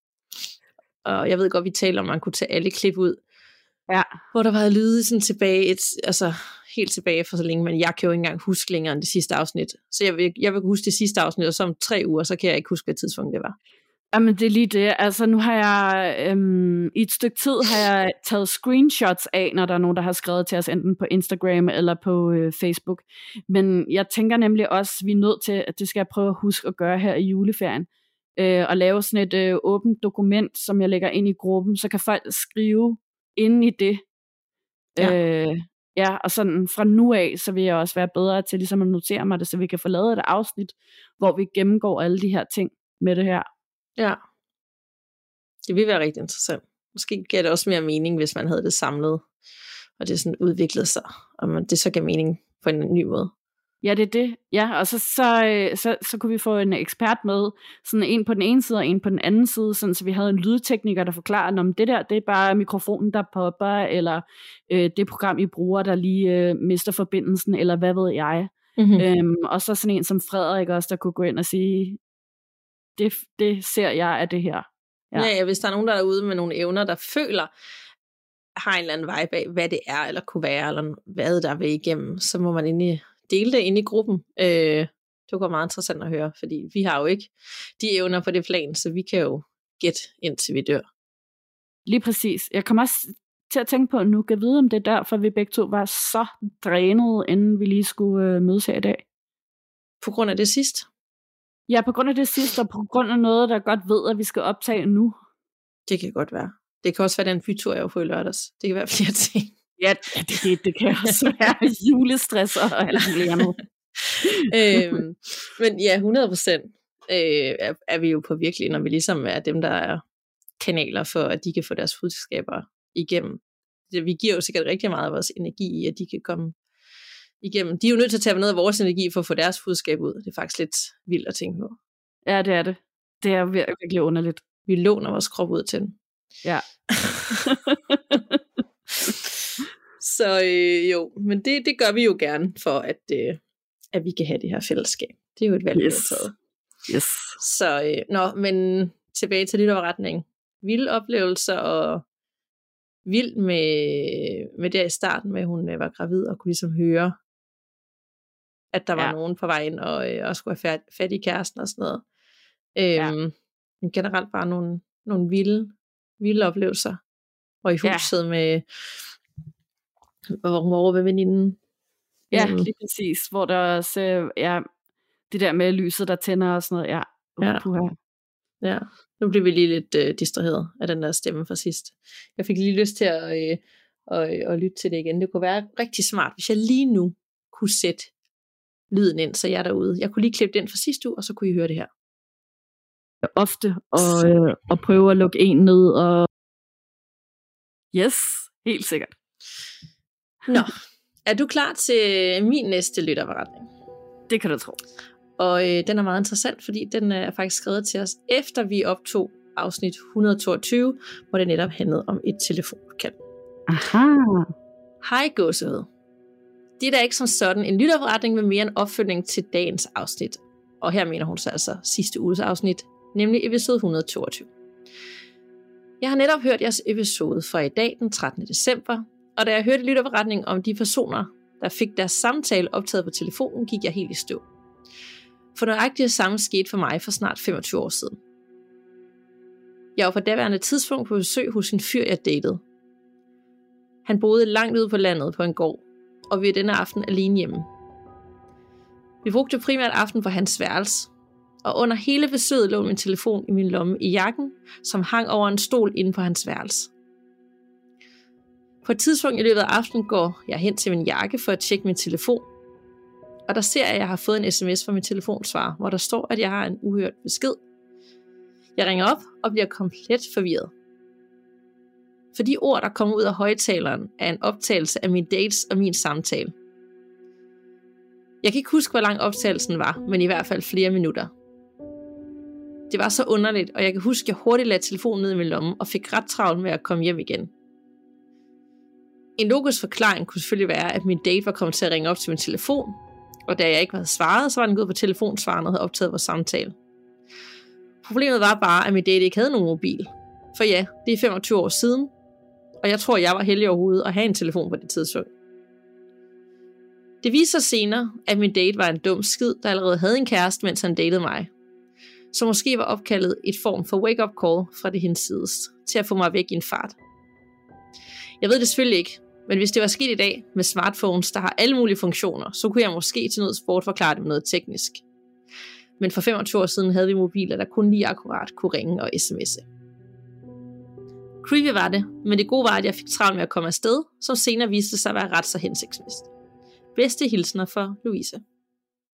B: Og jeg ved godt, vi taler om, at man kunne tage alle klip ud.
A: Ja.
B: Hvor der var lyde sådan tilbage, helt tilbage for så længe, men jeg kan jo ikke engang huske længere end det sidste afsnit. Så jeg vil huske det sidste afsnit, og så om 3 uger, så kan jeg ikke huske, hvad tidspunkt det var.
A: Jamen det er lige det. Altså nu har jeg i et stykke tid har jeg taget screenshots af, når der er nogen, der har skrevet til os enten på Instagram eller på Facebook. Men jeg tænker nemlig også, at vi er nødt til, at det skal jeg prøve at huske at gøre her i juleferien. Og lave sådan et åbent dokument, som jeg lægger ind i gruppen, så kan folk skrive inde i det. Ja, og sådan fra nu af, så vil jeg også være bedre til ligesom at notere mig det, så vi kan få lavet et afsnit, hvor vi gennemgår alle de her ting med det her.
B: Ja, det vil være rigtig interessant. Måske giver det også mere mening, hvis man havde det samlet, og det sådan udviklede sig, og det så gav mening på en ny måde.
A: Ja, det er det. Ja, og så kunne vi få en ekspert med, sådan en på den ene side og en på den anden side, sådan, så vi havde en lydtekniker, der forklarer, om det der, det er bare mikrofonen, der popper, eller det program, I bruger, der lige mister forbindelsen, eller hvad ved jeg. Mm-hmm. Og så sådan en som Frederik også, der kunne gå ind og sige, det ser jeg af det her.
B: Ja, hvis der er nogen, der er ude med nogle evner, der føler, har en eller anden vibe af, hvad det er, eller kunne være, eller hvad der vil igennem, så må man dele det inde i gruppen. Det var meget interessant at høre, fordi vi har jo ikke de evner på det plan, så vi kan jo gætte indtil vi dør.
A: Lige præcis. Jeg kommer også til at tænke på, at nu kan vide, om det er derfor, vi begge to var så drænede, inden vi lige skulle mødes her i dag.
B: På grund af det sidste?
A: Ja, på grund af det sidste, og på grund af noget, der godt ved, at vi skal optage nu.
B: Det kan godt være. Det kan også være den bytur, jeg var på i lørdags. Det kan være flere ting.
A: Ja, det kan også være julestress og alt muligt andet.
B: Men ja, 100% er vi jo på virkelig, når vi ligesom er dem, der er kanaler for, at de kan få deres budskaber igennem. Vi giver jo sikkert rigtig meget af vores energi i, at de kan komme igennem. De er jo nødt til at tage noget af vores energi for at få deres budskab ud. Det er faktisk lidt vildt at tænke på.
A: Ja, det er det. Det er virkelig underligt.
B: Vi låner vores krop ud til den.
A: Ja.
B: Så jo, men det gør vi jo gerne for, at vi kan have det her fællesskab. Det er jo et valg, vi har taget.
A: Yes.
B: Så, men tilbage til lytterretning. Vilde oplevelser, og vild med der i starten, med at hun var gravid, og kunne ligesom høre, at der var nogen på vej ind, og skulle have fat i kæresten og sådan noget. Men generelt bare nogle vilde oplevelser. Og i huset med, hvor hun var over ved veninden.
A: Ja, lige præcis. Hvor der også, det der med lyset, der tænder og sådan noget.
B: Ja. Nu bliver vi lige lidt distraheret af den der stemme fra sidst. Jeg fik lige lyst til at lytte til det igen. Det kunne være rigtig smart, hvis jeg lige nu kunne sætte lyden ind, så jeg er derude. Jeg kunne lige klippe den fra sidste uge, og så kunne I høre det her.
A: Ofte, og prøve at lukke en ned, og yes, helt sikkert.
B: Nå, er du klar til min næste lytterberetning?
A: Det kan du tro.
B: Og den er meget interessant, fordi den er faktisk skrevet til os, efter vi optog afsnit 122, hvor det netop handlede om et telefonopkald.
A: Aha.
B: Hej gåsehud. Det er da ikke som sådan en lytterberetning med mere en opfølgning til dagens afsnit. Og her mener hun så altså sidste uges afsnit, nemlig episode 122. Jeg har netop hørt jeres episode fra i dag, den 13. december, og da jeg hørte lytterberetningen om de personer, der fik deres samtale optaget på telefonen, gik jeg helt i stå. For nøjagtigt det samme skete for mig for snart 25 år siden. Jeg var på daværende tidspunkt på besøg hos en fyr, jeg datede. Han boede langt ude på landet på en gård, og vi var denne aften alene hjemme. Vi brugte primært aften på hans værelse, og under hele besøget lå min telefon i min lomme i jakken, som hang over en stol inde på hans værelse. På et tidspunkt i løbet af aftenen går jeg hen til min jakke for at tjekke min telefon, og der ser jeg, at jeg har fået en sms fra min telefonsvarer, hvor der står, at jeg har en uhørt besked. Jeg ringer op og bliver komplet forvirret. For de ord, der kommer ud af højtaleren, er en optagelse af mine dates og min samtale. Jeg kan ikke huske, hvor lang optagelsen var, men i hvert fald flere minutter. Det var så underligt, og jeg kan huske, at jeg hurtigt lagde telefonen ned i min lomme og fik ret travlt med at komme hjem igen. En logisk forklaring kunne selvfølgelig være, at min date var kommet til at ringe op til min telefon, og da jeg ikke havde svaret, så var den gået på telefonsvaren og havde optaget vores samtale. Problemet var bare, at min date ikke havde nogen mobil. For ja, det er 25 år siden, og jeg tror, jeg var heldig overhovedet at have en telefon på det tidspunkt. Det viste sig senere, at min date var en dum skid, der allerede havde en kæreste, mens han datede mig. Så måske var opkaldet et form for wake-up call fra det hinsides, til at få mig væk i en fart. Jeg ved det selvfølgelig ikke, men hvis det var sket i dag med smartphones, der har alle mulige funktioner, så kunne jeg måske til noget sport forklare det med noget teknisk. Men for 25 år siden havde vi mobiler, der kun lige akkurat kunne ringe og sms'e. Creepy var det, men det gode var, at jeg fik travlt med at komme afsted, som senere viste sig at være ret så hensigtsmæssigt. Bedste hilsner for Louise.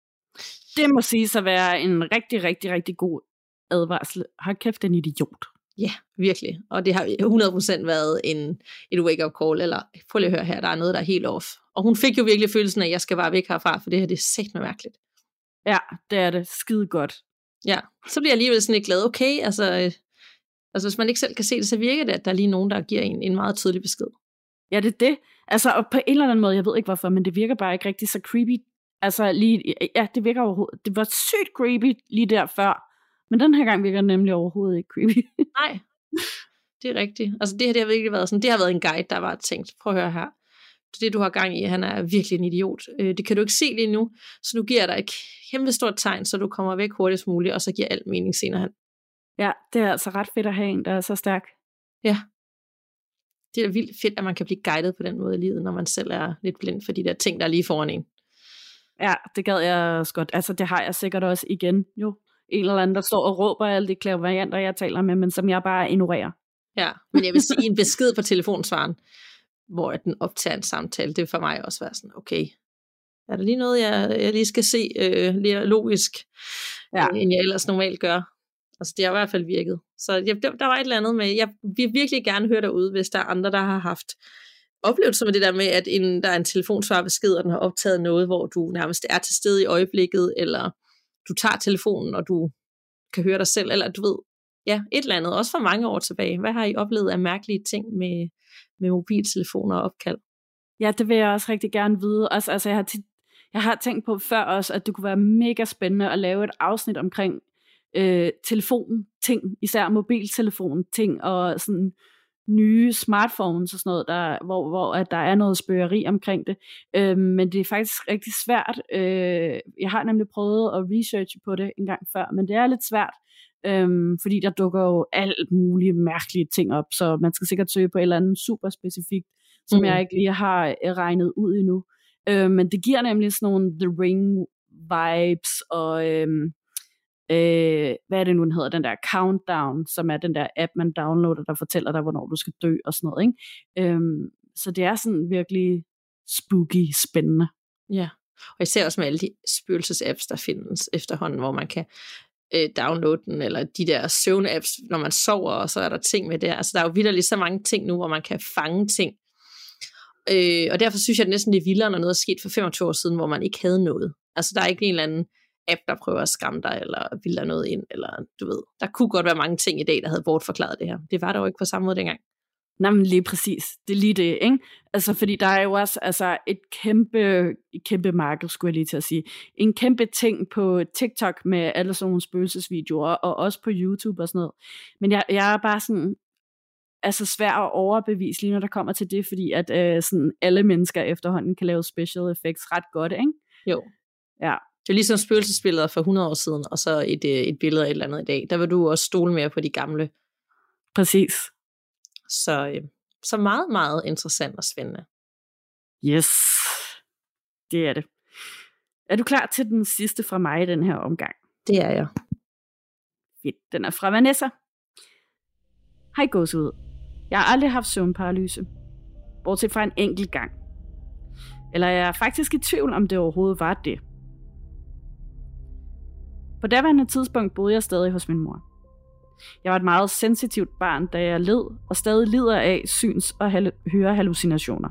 A: Det må siges at være en rigtig, rigtig, rigtig god advarsel. Hold kæft, en idiot.
B: Ja, virkelig. Og det har 100% været et wake-up call, eller prøv lige at høre her, der er noget, der er helt off. Og hun fik jo virkelig følelsen af, at jeg skal bare væk herfra, for det her, det er sæt med mærkeligt.
A: Ja, det er det. Skide godt.
B: Ja, så bliver jeg alligevel sådan lidt glad. Okay, altså hvis man ikke selv kan se det, så virker det, at der er lige nogen, der giver en meget tydelig besked.
A: Ja, det er det. Altså, og på en eller anden måde, jeg ved ikke hvorfor, men det virker bare ikke rigtig så creepy. Altså, det virker overhovedet. Det var sygt creepy lige der før. Men den her gang virker det nemlig overhovedet ikke creepy.
B: Nej, det er rigtigt. Altså, det her, det har virkelig været sådan, det har været en guide, der var tænkt, prøv at høre her. Det, du har gang i, han er virkelig en idiot. Det kan du ikke se lige nu, så nu giver jeg dig et kæmpe stort tegn, så du kommer væk hurtigst muligt, og så giver alt mening senere hen.
A: Ja, det er altså ret fedt at have en, der er så stærk.
B: Ja. Det er da vildt fedt, at man kan blive guidet på den måde i livet, når man selv er lidt blind for de der ting, der er lige foran en.
A: Ja, det gad jeg også godt. Altså, det har jeg sikkert også igen, jo. En eller anden, der står og råber alle de klaverjanter, jeg taler med, men som jeg bare ignorerer.
B: Ja, men jeg vil sige en besked på telefonsvaren, hvor den optager en samtale, det vil for mig også være sådan, okay, er der lige noget, jeg lige skal se lige logisk, end jeg ellers normalt gør? Altså, det har i hvert fald virket. Så der var et eller andet med, jeg vil virkelig gerne høre derude, hvis der er andre, der har haft oplevelser med det der med, at der er en telefonsvarbesked, og den har optaget noget, hvor du nærmest er til stede i øjeblikket, eller du tager telefonen, og du kan høre dig selv, eller du ved, ja, et eller andet, også for mange år tilbage. Hvad har I oplevet af mærkelige ting med mobiltelefoner og opkald?
A: Ja, det vil jeg også rigtig gerne vide. Altså, jeg har tænkt på før også, at det kunne være mega spændende at lave et afsnit omkring telefonting, især mobiltelefon-ting, og sådan nye smartphones og sådan noget, hvor at der er noget spøgeri omkring det. Men det er faktisk rigtig svært. Jeg har nemlig prøvet at researche på det en gang før, men det er lidt svært, fordi der dukker jo alt mulige mærkelige ting op, så man skal sikkert søge på et eller andet super specifikt, som jeg ikke lige har regnet ud endnu. Men det giver nemlig sådan nogle The Ring vibes, og hvad er det nu, den hedder, den der Countdown, som er den der app, man downloader, der fortæller dig, hvornår du skal dø og sådan noget, ikke? Så det er sådan virkelig spooky, spændende.
B: Ja, og især også med alle de spøgelses-apps, der findes efterhånden, hvor man kan downloade den, eller de der søvn-apps, når man sover, og så er der ting med det. Altså, der er jo vitterligt så mange ting nu, hvor man kan fange ting. Og derfor synes jeg, at det næsten er vildere, når noget er sket for 25 år siden, hvor man ikke havde noget. Altså, der er ikke en eller anden app, der prøver at skræmme dig, eller bilder noget ind, eller du ved. Der kunne godt være mange ting i dag, der havde bortforklaret det her. Det var der jo ikke på samme måde dengang.
A: Nej, men lige præcis. Det er lige det, ikke? Altså, fordi der er jo også et kæmpe marked, skulle jeg lige til at sige. En kæmpe ting på TikTok med alle sådan nogle spøgelsesvideoer, og også på YouTube og sådan noget. Men jeg er bare sådan, altså svær at overbevise lige når der kommer til det, fordi at sådan alle mennesker efterhånden kan lave special effects ret godt, ikke?
B: Jo.
A: Ja.
B: Det er ligesom spøgelsesbilleder for 100 år siden, og så et billede af et eller andet i dag. Der vil du også stole mere på de gamle.
A: Præcis.
B: Så meget, meget interessant og spændende.
A: Yes, det er det. Er du klar til den sidste fra mig i den her omgang?
B: Det er jeg.
A: Fedt. Den er fra Vanessa. Hej gåsehud. Jeg har aldrig haft søvnparalyse. Bortset fra en enkelt gang. Eller jeg er faktisk i tvivl, om det overhovedet var det. På daværende tidspunkt boede jeg stadig hos min mor. Jeg var et meget sensitivt barn, da jeg led og stadig lider af syns- og hørehallucinationer.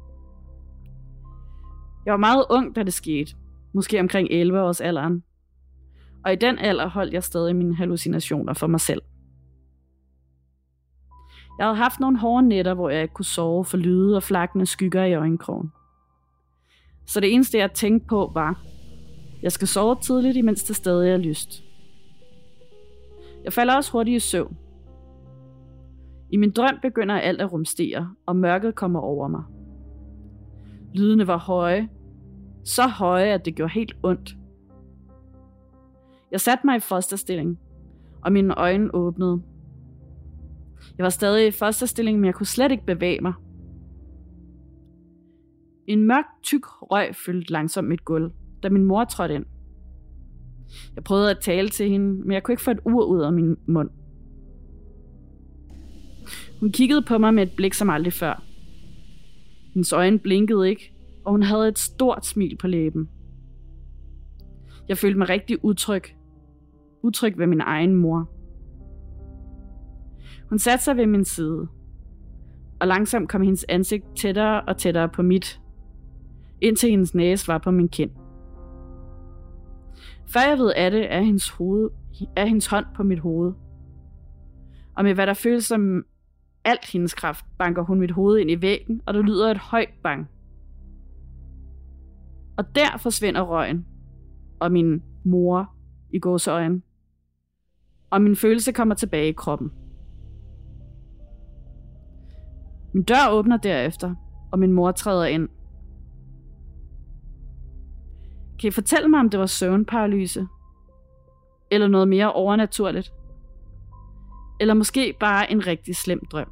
A: Jeg var meget ung, da det skete. Måske omkring 11 års alderen. Og i den alder holdt jeg stadig mine hallucinationer for mig selv. Jeg havde haft nogle hårde nætter, hvor jeg ikke kunne sove for lyde og flakkende skygger i øjenkrogen. Så det eneste, jeg tænkte på, var, jeg skal sove tidligt, imens det stadig er lyst. Jeg falder også hurtigt i søvn. I min drøm begynder alt at rumstere, og mørket kommer over mig. Lydene var høje. Så høje, at det gjorde helt ondt. Jeg satte mig i fosterstilling, og mine øjne åbnede. Jeg var stadig i fosterstilling, men jeg kunne slet ikke bevæge mig. En mørk, tyk røg fyldte langsomt mit gulv, da min mor trådte ind. Jeg prøvede at tale til hende, men jeg kunne ikke få et ord ud af min mund. Hun kiggede på mig med et blik som aldrig før. Hendes øjne blinkede ikke, og hun havde et stort smil på læben. Jeg følte mig rigtig utryg. Utryg ved min egen mor. Hun satte sig ved min side, og langsomt kom hendes ansigt tættere og tættere på mit, indtil hendes næse var på min kind. Før jeg ved af det, er hendes hånd på mit hoved. Og med hvad der føles som alt hendes kraft, banker hun mit hoved ind i væggen, og der lyder et højt bang. Og der forsvinder røgen, og min mor i gåseøjne. Og min følelse kommer tilbage i kroppen. Min dør åbner derefter, og min mor træder ind. Kan I fortælle mig, om det var søvnparalyse? Eller noget mere overnaturligt? Eller måske bare en rigtig slem drøm?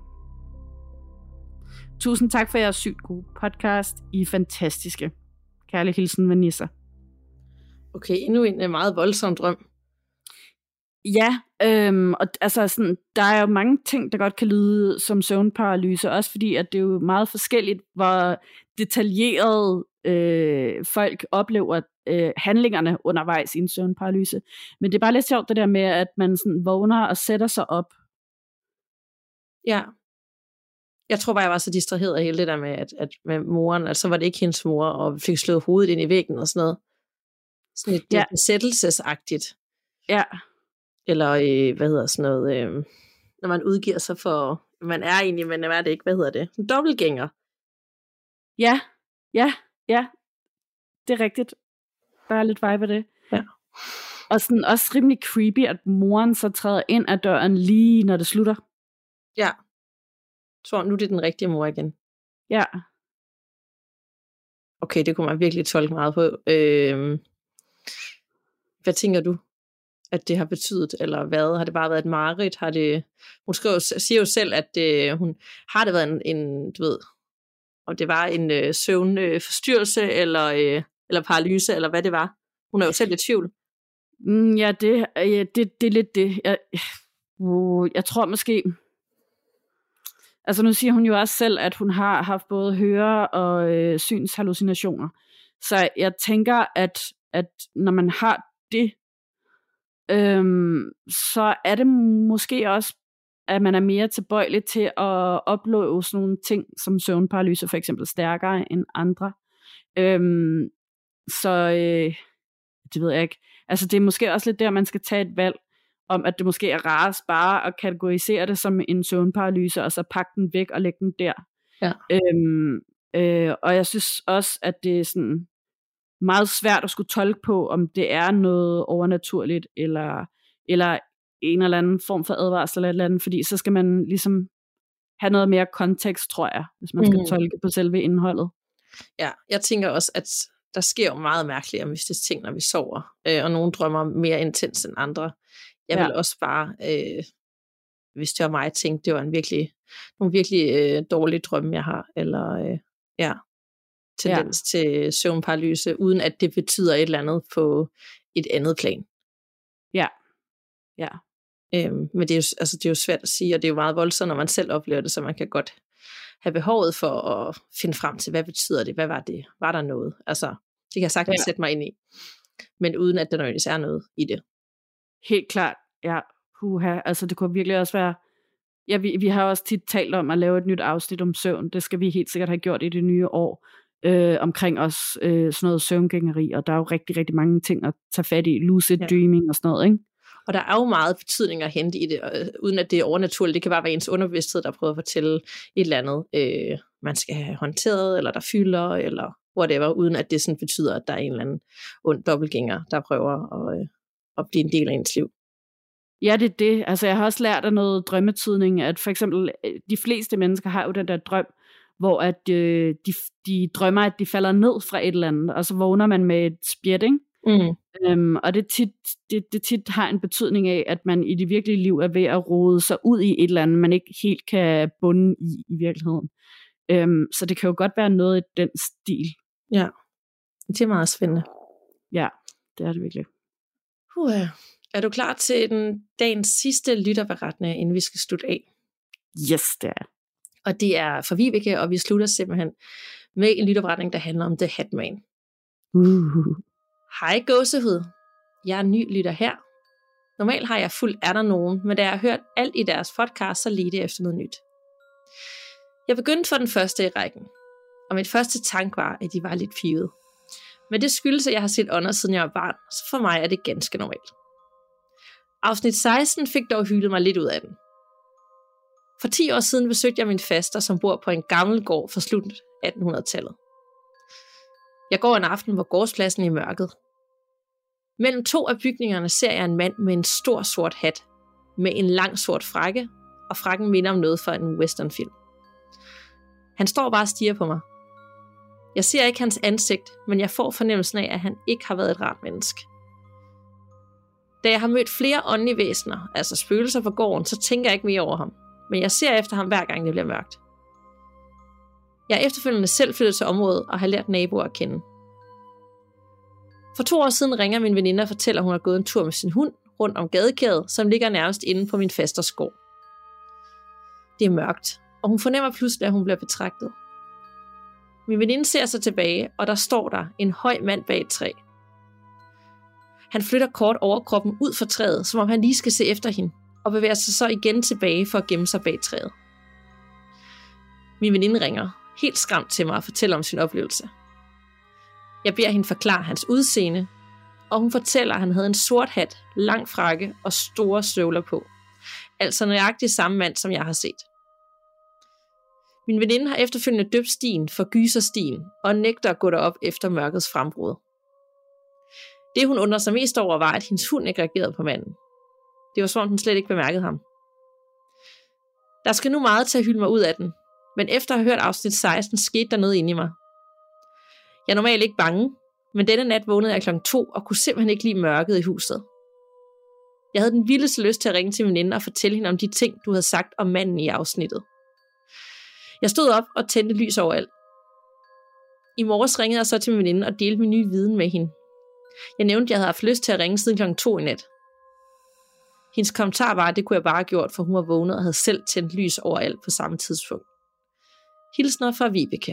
A: Tusind tak for jeres sygt gode podcast. I er fantastiske. Kærlig hilsen, Vanessa.
B: Okay, endnu en meget voldsom drøm.
A: Ja, og altså sådan, der er jo mange ting, der godt kan lyde som søvnparalyse, også fordi at det er jo meget forskelligt, hvor detaljeret folk oplever handlingerne undervejs i en søvnparalyse. Men det er bare lidt sjovt det der med, at man sådan vågner og sætter sig op.
B: Ja. Jeg tror bare, jeg var så distraheret af hele det der med, at med moren, altså var det ikke hendes mor, og fik slået hovedet ind i væggen og sådan noget. Sådan et besættelsesagtigt.
A: Ja.
B: Eller, hvad hedder sådan noget, når man udgiver sig for, man er egentlig, men hvad er det ikke, hvad hedder det? En dobbeltgænger.
A: Ja. Det er rigtigt. Der er lidt vibe af det.
B: Ja.
A: Og sådan også rimelig creepy, at moren så træder ind ad døren lige når det slutter.
B: Ja. Jeg tror, nu er det den rigtige mor igen.
A: Ja.
B: Okay, det kunne man virkelig tolke meget på. Hvad tænker du, at det har betydet, eller hvad? Har det bare været et mareridt? Hun siger jo selv, at hun har det været en du ved, om det var en søvnforstyrrelse, eller paralyse, eller hvad det var. Hun er jo selv i tvivl.
A: Ja, det er lidt det. Jeg tror måske... Altså nu siger hun jo også selv, at hun har haft både høre- og synshallucinationer. Så jeg tænker, at når man har det, så er det måske også, at man er mere tilbøjelig til at opleve sådan nogle ting, som søvnparalyse for eksempel stærkere end andre. Det ved jeg ikke. Altså det er måske også lidt der, man skal tage et valg, om at det måske er rarest bare at kategorisere det som en søvnparalyse, og så pakke den væk og lægge den der.
B: Ja.
A: Og jeg synes også, at det er sådan meget svært at skulle tolke på, om det er noget overnaturligt, eller en eller anden form for advarsel eller et eller andet, fordi så skal man ligesom have noget mere kontekst, tror jeg, hvis man skal tolke på selve indholdet.
B: Ja, jeg tænker også, at der sker jo meget mærkelige og mystiske ting, når vi sover, og nogle drømmer mere intens end andre. Jeg vil også bare, hvis det var mig, tænke, det var nogle virkelig dårlige drømme, jeg har, eller tendens til søvnparalyse, uden at det betyder et eller andet på et andet plan.
A: Ja.
B: Men det er jo svært at sige, og det er jo meget voldsomt, når man selv oplever det, så man kan godt have behovet for at finde frem til, hvad betyder det, hvad var det, var der noget? Altså, det kan jeg sagtens sætte mig ind i, men uden at der nødvendigvis er noget i det.
A: Helt klart, ja. Altså det kunne virkelig også være, ja, vi har også tit talt om at lave et nyt afsnit om søvn, det skal vi helt sikkert have gjort i det nye år, omkring også sådan noget søvngængeri, og der er jo rigtig, rigtig mange ting at tage fat i, lucid dreaming og sådan noget, ikke?
B: Og der er jo meget betydning at hente i det, uden at det er overnaturligt. Det kan bare være ens underbevidsthed, der prøver at fortælle et eller andet, man skal have håndteret, eller der fylder, eller whatever, uden at det sådan betyder, at der er en eller anden ond dobbeltgænger, der prøver at blive en del af ens liv.
A: Ja, det er det. Altså jeg har også lært af noget drømmetydning, at for eksempel de fleste mennesker har jo den der drøm, hvor at de drømmer, at de falder ned fra et eller andet, og så vågner man med et spjæt, ikke? Og det tit har en betydning af, at man i det virkelige liv er ved at rode sig ud i et eller andet, man ikke helt kan bunde i virkeligheden. Så det kan jo godt være noget i den stil.
B: Ja, det er meget spændende.
A: Ja, det er det virkelig.
B: Er du klar til dagens sidste lytterberetning, inden vi skal slutte af?
A: Yes, det er.
B: Og det er for Vibeke, og vi slutter simpelthen med en lytterberetning, der handler om The Hatman. Hej gåsehud. Jeg er ny lytter her. Normalt har jeg fulgt Er der nogen, men da jeg har hørt alt i deres podcast, så ledte jeg efter noget nyt. Jeg begyndte for den første i rækken, og mit første tanke var, at de var lidt fivede. Men det skyldes, at jeg har set ånder, siden jeg var barn, så for mig er det ganske normalt. Afsnit 16 fik dog hyldet mig lidt ud af den. For 10 år siden besøgte jeg min faster, som bor på en gammel gård fra slut 1800-tallet. Jeg går en aften på gårdspladsen i mørket. Mellem 2 af bygningerne ser jeg en mand med en stor sort hat, med en lang sort frakke, og frakken minder om noget fra en westernfilm. Han står bare og stiger på mig. Jeg ser ikke hans ansigt, men jeg får fornemmelsen af, at han ikke har været et rart menneske. Da jeg har mødt flere åndelige væsener, altså spøgelser på gården, så tænker jeg ikke mere over ham. Men jeg ser efter ham hver gang det bliver mørkt. Jeg er efterfølgende selv flyttet til området og har lært naboer at kende. For 2 år siden ringer min veninde og fortæller, at hun har gået en tur med sin hund rundt om gadekæret, som ligger nærmest inde på min fasters gård. Det er mørkt, og hun fornemmer pludselig, at hun bliver betragtet. Min veninde ser sig tilbage, og der står der en høj mand bag et træ. Han flytter kort overkroppen ud fra træet, som om han lige skal se efter hende, og bevæger sig så igen tilbage for at gemme sig bag træet. Min veninde ringer, helt skræmt til mig og fortæller om sin oplevelse. Jeg beder hende forklare hans udseende, og hun fortæller, at han havde en sort hat, lang frakke og store støvler på. Altså nøjagtigt samme mand, som jeg har set. Min veninde har efterfølgende døbt stien for gyserstien, og nægter at gå derop efter mørkets frembrud. Det hun undrer sig mest over var, at hendes hund ikke reagerede på manden. Det var som om hun slet ikke bemærkede ham. Der skal nu meget til at hylde mig ud af den, men efter at have hørt afsnit 16, skete der noget inde i mig. Jeg er normalt ikke bange, men denne nat vågnede jeg 2:00 og kunne simpelthen ikke lide mørket i huset. Jeg havde den vildeste lyst til at ringe til min veninde og fortælle hende om de ting, du havde sagt om manden i afsnittet. Jeg stod op og tændte lys overalt. I morges ringede jeg så til min veninde og delte min nye viden med hende. Jeg nævnte, at jeg havde haft lyst til at ringe siden 2:00 i nat. Hendes kommentar var, at det kunne jeg bare have gjort, for hun var vågnet og havde selv tændt lys overalt på samme tidspunkt. Hilsner fra Vibeke.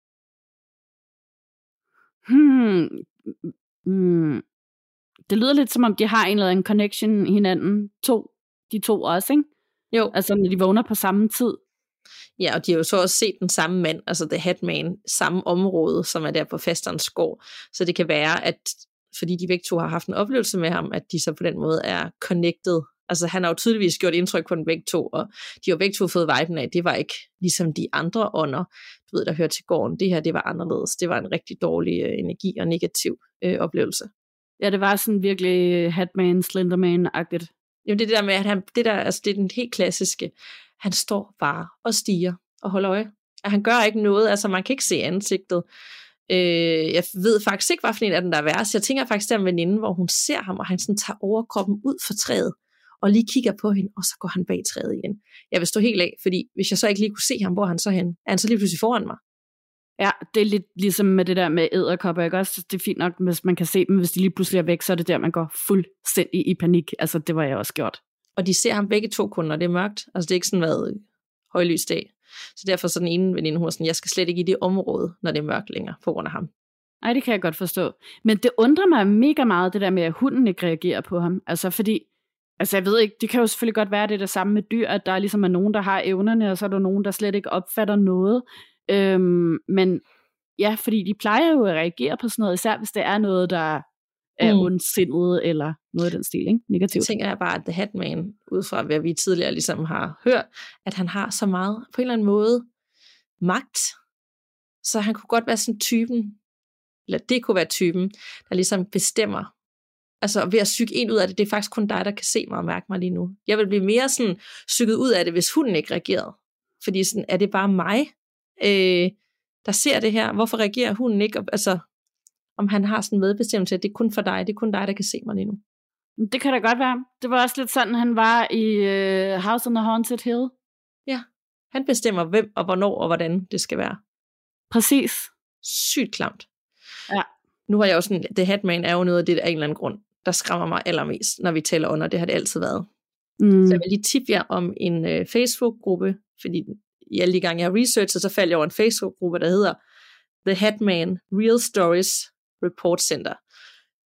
A: Det lyder lidt som om, de har en eller anden connection hinanden. De to også, ikke?
B: Jo.
A: Altså, når de vågner på samme tid.
B: Ja, og de har jo så også set den samme mand, altså The Hat Man, samme område, som er der på fasterens gård. Så det kan være, at fordi de begge to har haft en oplevelse med ham, at de så på den måde er connected. Altså han har jo tydeligvis gjort indtryk på dem begge to, og de har begge to fået viben af, at det var ikke ligesom de andre ånder, du ved, der hører til gården. Det her, det var anderledes. Det var en rigtig dårlig energi og negativ oplevelse.
A: Ja, det var sådan virkelig Hatman, Slenderman-agtigt.
B: Jamen det der med, at det er den helt klassiske. Han står bare og stiger og holder øje. At han gør ikke noget, altså man kan ikke se ansigtet. Jeg ved faktisk ikke, hvad for en af den der er værst. Jeg tænker faktisk der en veninde, hvor hun ser ham, og han sådan tager overkroppen ud fra træet, og lige kigger på hende, og så går han bag træet igen. Jeg vil stå helt af, fordi hvis jeg så ikke lige kunne se ham, hvor han så hen, er han så lige pludselig foran mig.
A: Ja, det er lidt ligesom med det der med edderkopper, ikke også? Det er fint nok, hvis man kan se dem, hvis de lige pludselig er væk, så er det der, man går fuldstændig i panik. Altså, det var jeg også gjort. Og
B: de ser ham begge to kun, når det er mørkt. Altså, det er ikke sådan været højlys dag. Så derfor så den ene veninde, hun er sådan, jeg skal slet ikke i det område, når det er mørkt længere, på grund af ham.
A: Nej, det kan jeg godt forstå. Men det undrer mig mega meget, det der med, at hunden ikke reagerer på ham. Altså, fordi, jeg ved ikke, det kan jo selvfølgelig godt være, det er det samme med dyr, at der ligesom er nogen, der har evnerne, og så er der nogen, der slet ikke opfatter noget. Men ja, fordi de plejer jo at reagere på sådan noget, især hvis det er noget, der er ondsindet, eller noget af den stil, ikke? Negativt.
B: Jeg tænker bare, at The Hat Man, ud fra hvad vi tidligere ligesom har hørt, at han har så meget, på en eller anden måde, magt, så han kunne godt være sådan typen, eller det kunne være typen, der ligesom bestemmer, altså ved at psyke en ud af det, det er faktisk kun dig, der kan se mig og mærke mig lige nu. Jeg vil blive mere sådan psyket ud af det, hvis hunden ikke reagerede. Fordi sådan, er det bare mig, der ser det her? Hvorfor reagerer hunden ikke? Altså, om han har sådan en medbestemmelse, at det er kun for dig, det er kun dig, der kan se mig lige nu.
A: Det kan da godt være. Det var også lidt sådan, han var i House on the Haunted Hill.
B: Ja, han bestemmer hvem og hvornår og hvordan det skal være.
A: Præcis.
B: Sygt klamt.
A: Ja.
B: Nu har jeg også sådan, The Hat Man er jo noget af det af en eller anden grund, der skræmmer mig allermest, når vi taler under. Det har det altid været. Så jeg vil lige tippe jer om en Facebook-gruppe, fordi i alle de gange, jeg har researchet, så faldt jeg over en Facebook-gruppe, der hedder The Hat Man Real Stories Report Center.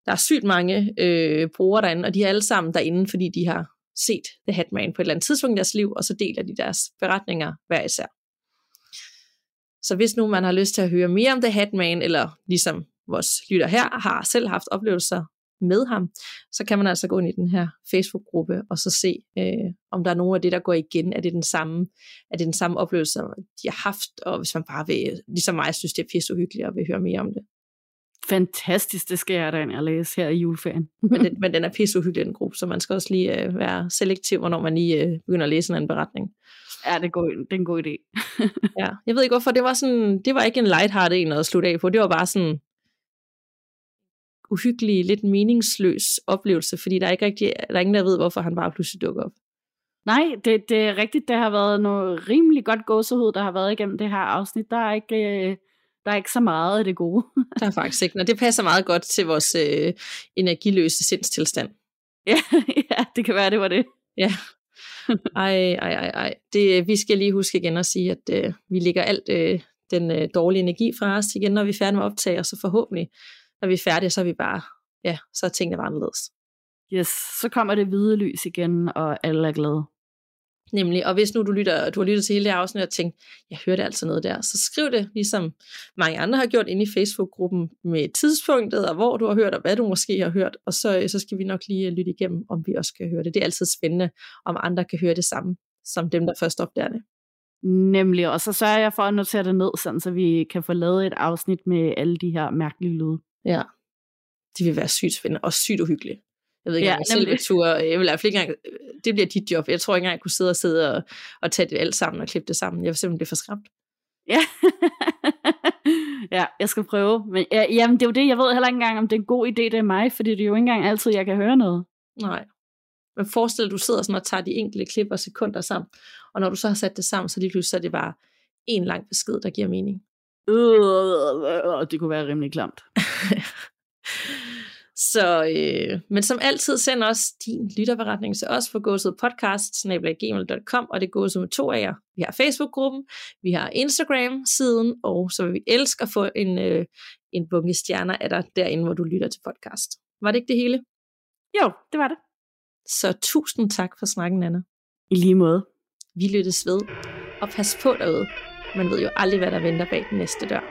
B: Der er sygt mange brugere derinde, og de er alle sammen derinde, fordi de har set The Hatman på et eller andet tidspunkt i deres liv, og så deler de deres beretninger hver især. Så hvis nu man har lyst til at høre mere om The Hatman, eller ligesom vores lytter her har selv haft oplevelser med ham, så kan man altså gå ind i den her Facebook-gruppe, og så se, om der er nogen af det, der går igen. Er det den samme oplevelse, de har haft, og hvis man bare vil, ligesom mig, synes det er pisse uhyggeligt, og vil høre mere om det.
A: Fantastisk, det skal jeg da ind og læse her i juleferien.
B: men den er pisse uhyggelig, den gruppe, så man skal også lige være selektiv, når man lige begynder at læse en beretning.
A: Ja, det er en god idé.
B: Ja, jeg ved ikke hvorfor, det var ikke en lighthearted en at slutte af på, det var bare sådan uhyggelig, lidt meningsløs oplevelse, fordi der er ingen, der ved, hvorfor han bare pludselig dukker op.
A: Nej, det er rigtigt, det har været noget rimelig godt gåsehud, der har været igennem det her afsnit. Der er ikke så meget af det gode.
B: Der er faktisk ikke, og det passer meget godt til vores energiløse sindstilstand.
A: Ja, det kan være, det var det.
B: Ja. Ej. Vi skal lige huske igen at sige, at vi lægger alt den dårlige energi fra os igen, når vi er færdige med at optage, og så forhåbentlig, når vi er færdige, så er vi bare, så er tingene bare anderledes.
A: Yes, så kommer det hvide lys igen, og alle er glade.
B: Nemlig, og hvis nu du har lyttet til hele det afsnit og tænkt, jeg hørte altså noget der, så skriv det, ligesom mange andre har gjort inde i Facebook-gruppen med tidspunktet, og hvor du har hørt, og hvad du måske har hørt, og så skal vi nok lige lytte igennem, om vi også kan høre det. Det er altid spændende, om andre kan høre det samme, som dem, der først opdager det.
A: Nemlig, og så sørger jeg for at notere det ned, sådan, så vi kan få lavet et afsnit med alle de her mærkelige lyde.
B: Ja, det vil være sygt spændende, og sygt uhyggeligt. Jeg ved ikke, om jeg selv vil ture. Jeg vil i hvert fald ikke engang, det bliver dit job. Jeg tror ikke engang, jeg kunne sidde og tage det alt sammen og klippe det sammen. Jeg vil simpelthen blive for skræmt.
A: Ja. Ja, jeg skal prøve. Men jamen, det er jo det, jeg ved heller ikke engang, om det er en god idé, det er mig, fordi det er jo ikke engang altid, jeg kan høre noget.
B: Nej. Men forestil dig, at du sidder sådan og tager de enkelte klip og sekunder sammen, og når du så har sat det sammen, så lige pludselig så er det bare en lang besked, der giver mening.
A: Det kunne være rimelig klamt.
B: Så, men som altid, send os din lytterberetning til os på gåsehudpodcast@gmail.com, og det gåsehud med 2 A'er. Vi har Facebook-gruppen, vi har Instagram-siden, og så vil vi elske at få en bunke stjerner af dig derinde, hvor du lytter til podcast. Var det ikke det hele?
A: Jo, det var det.
B: Så tusind tak for snakken, Anna.
A: I lige måde.
B: Vi lyttes ved, og pas på derude. Man ved jo aldrig, hvad der venter bag den næste dør.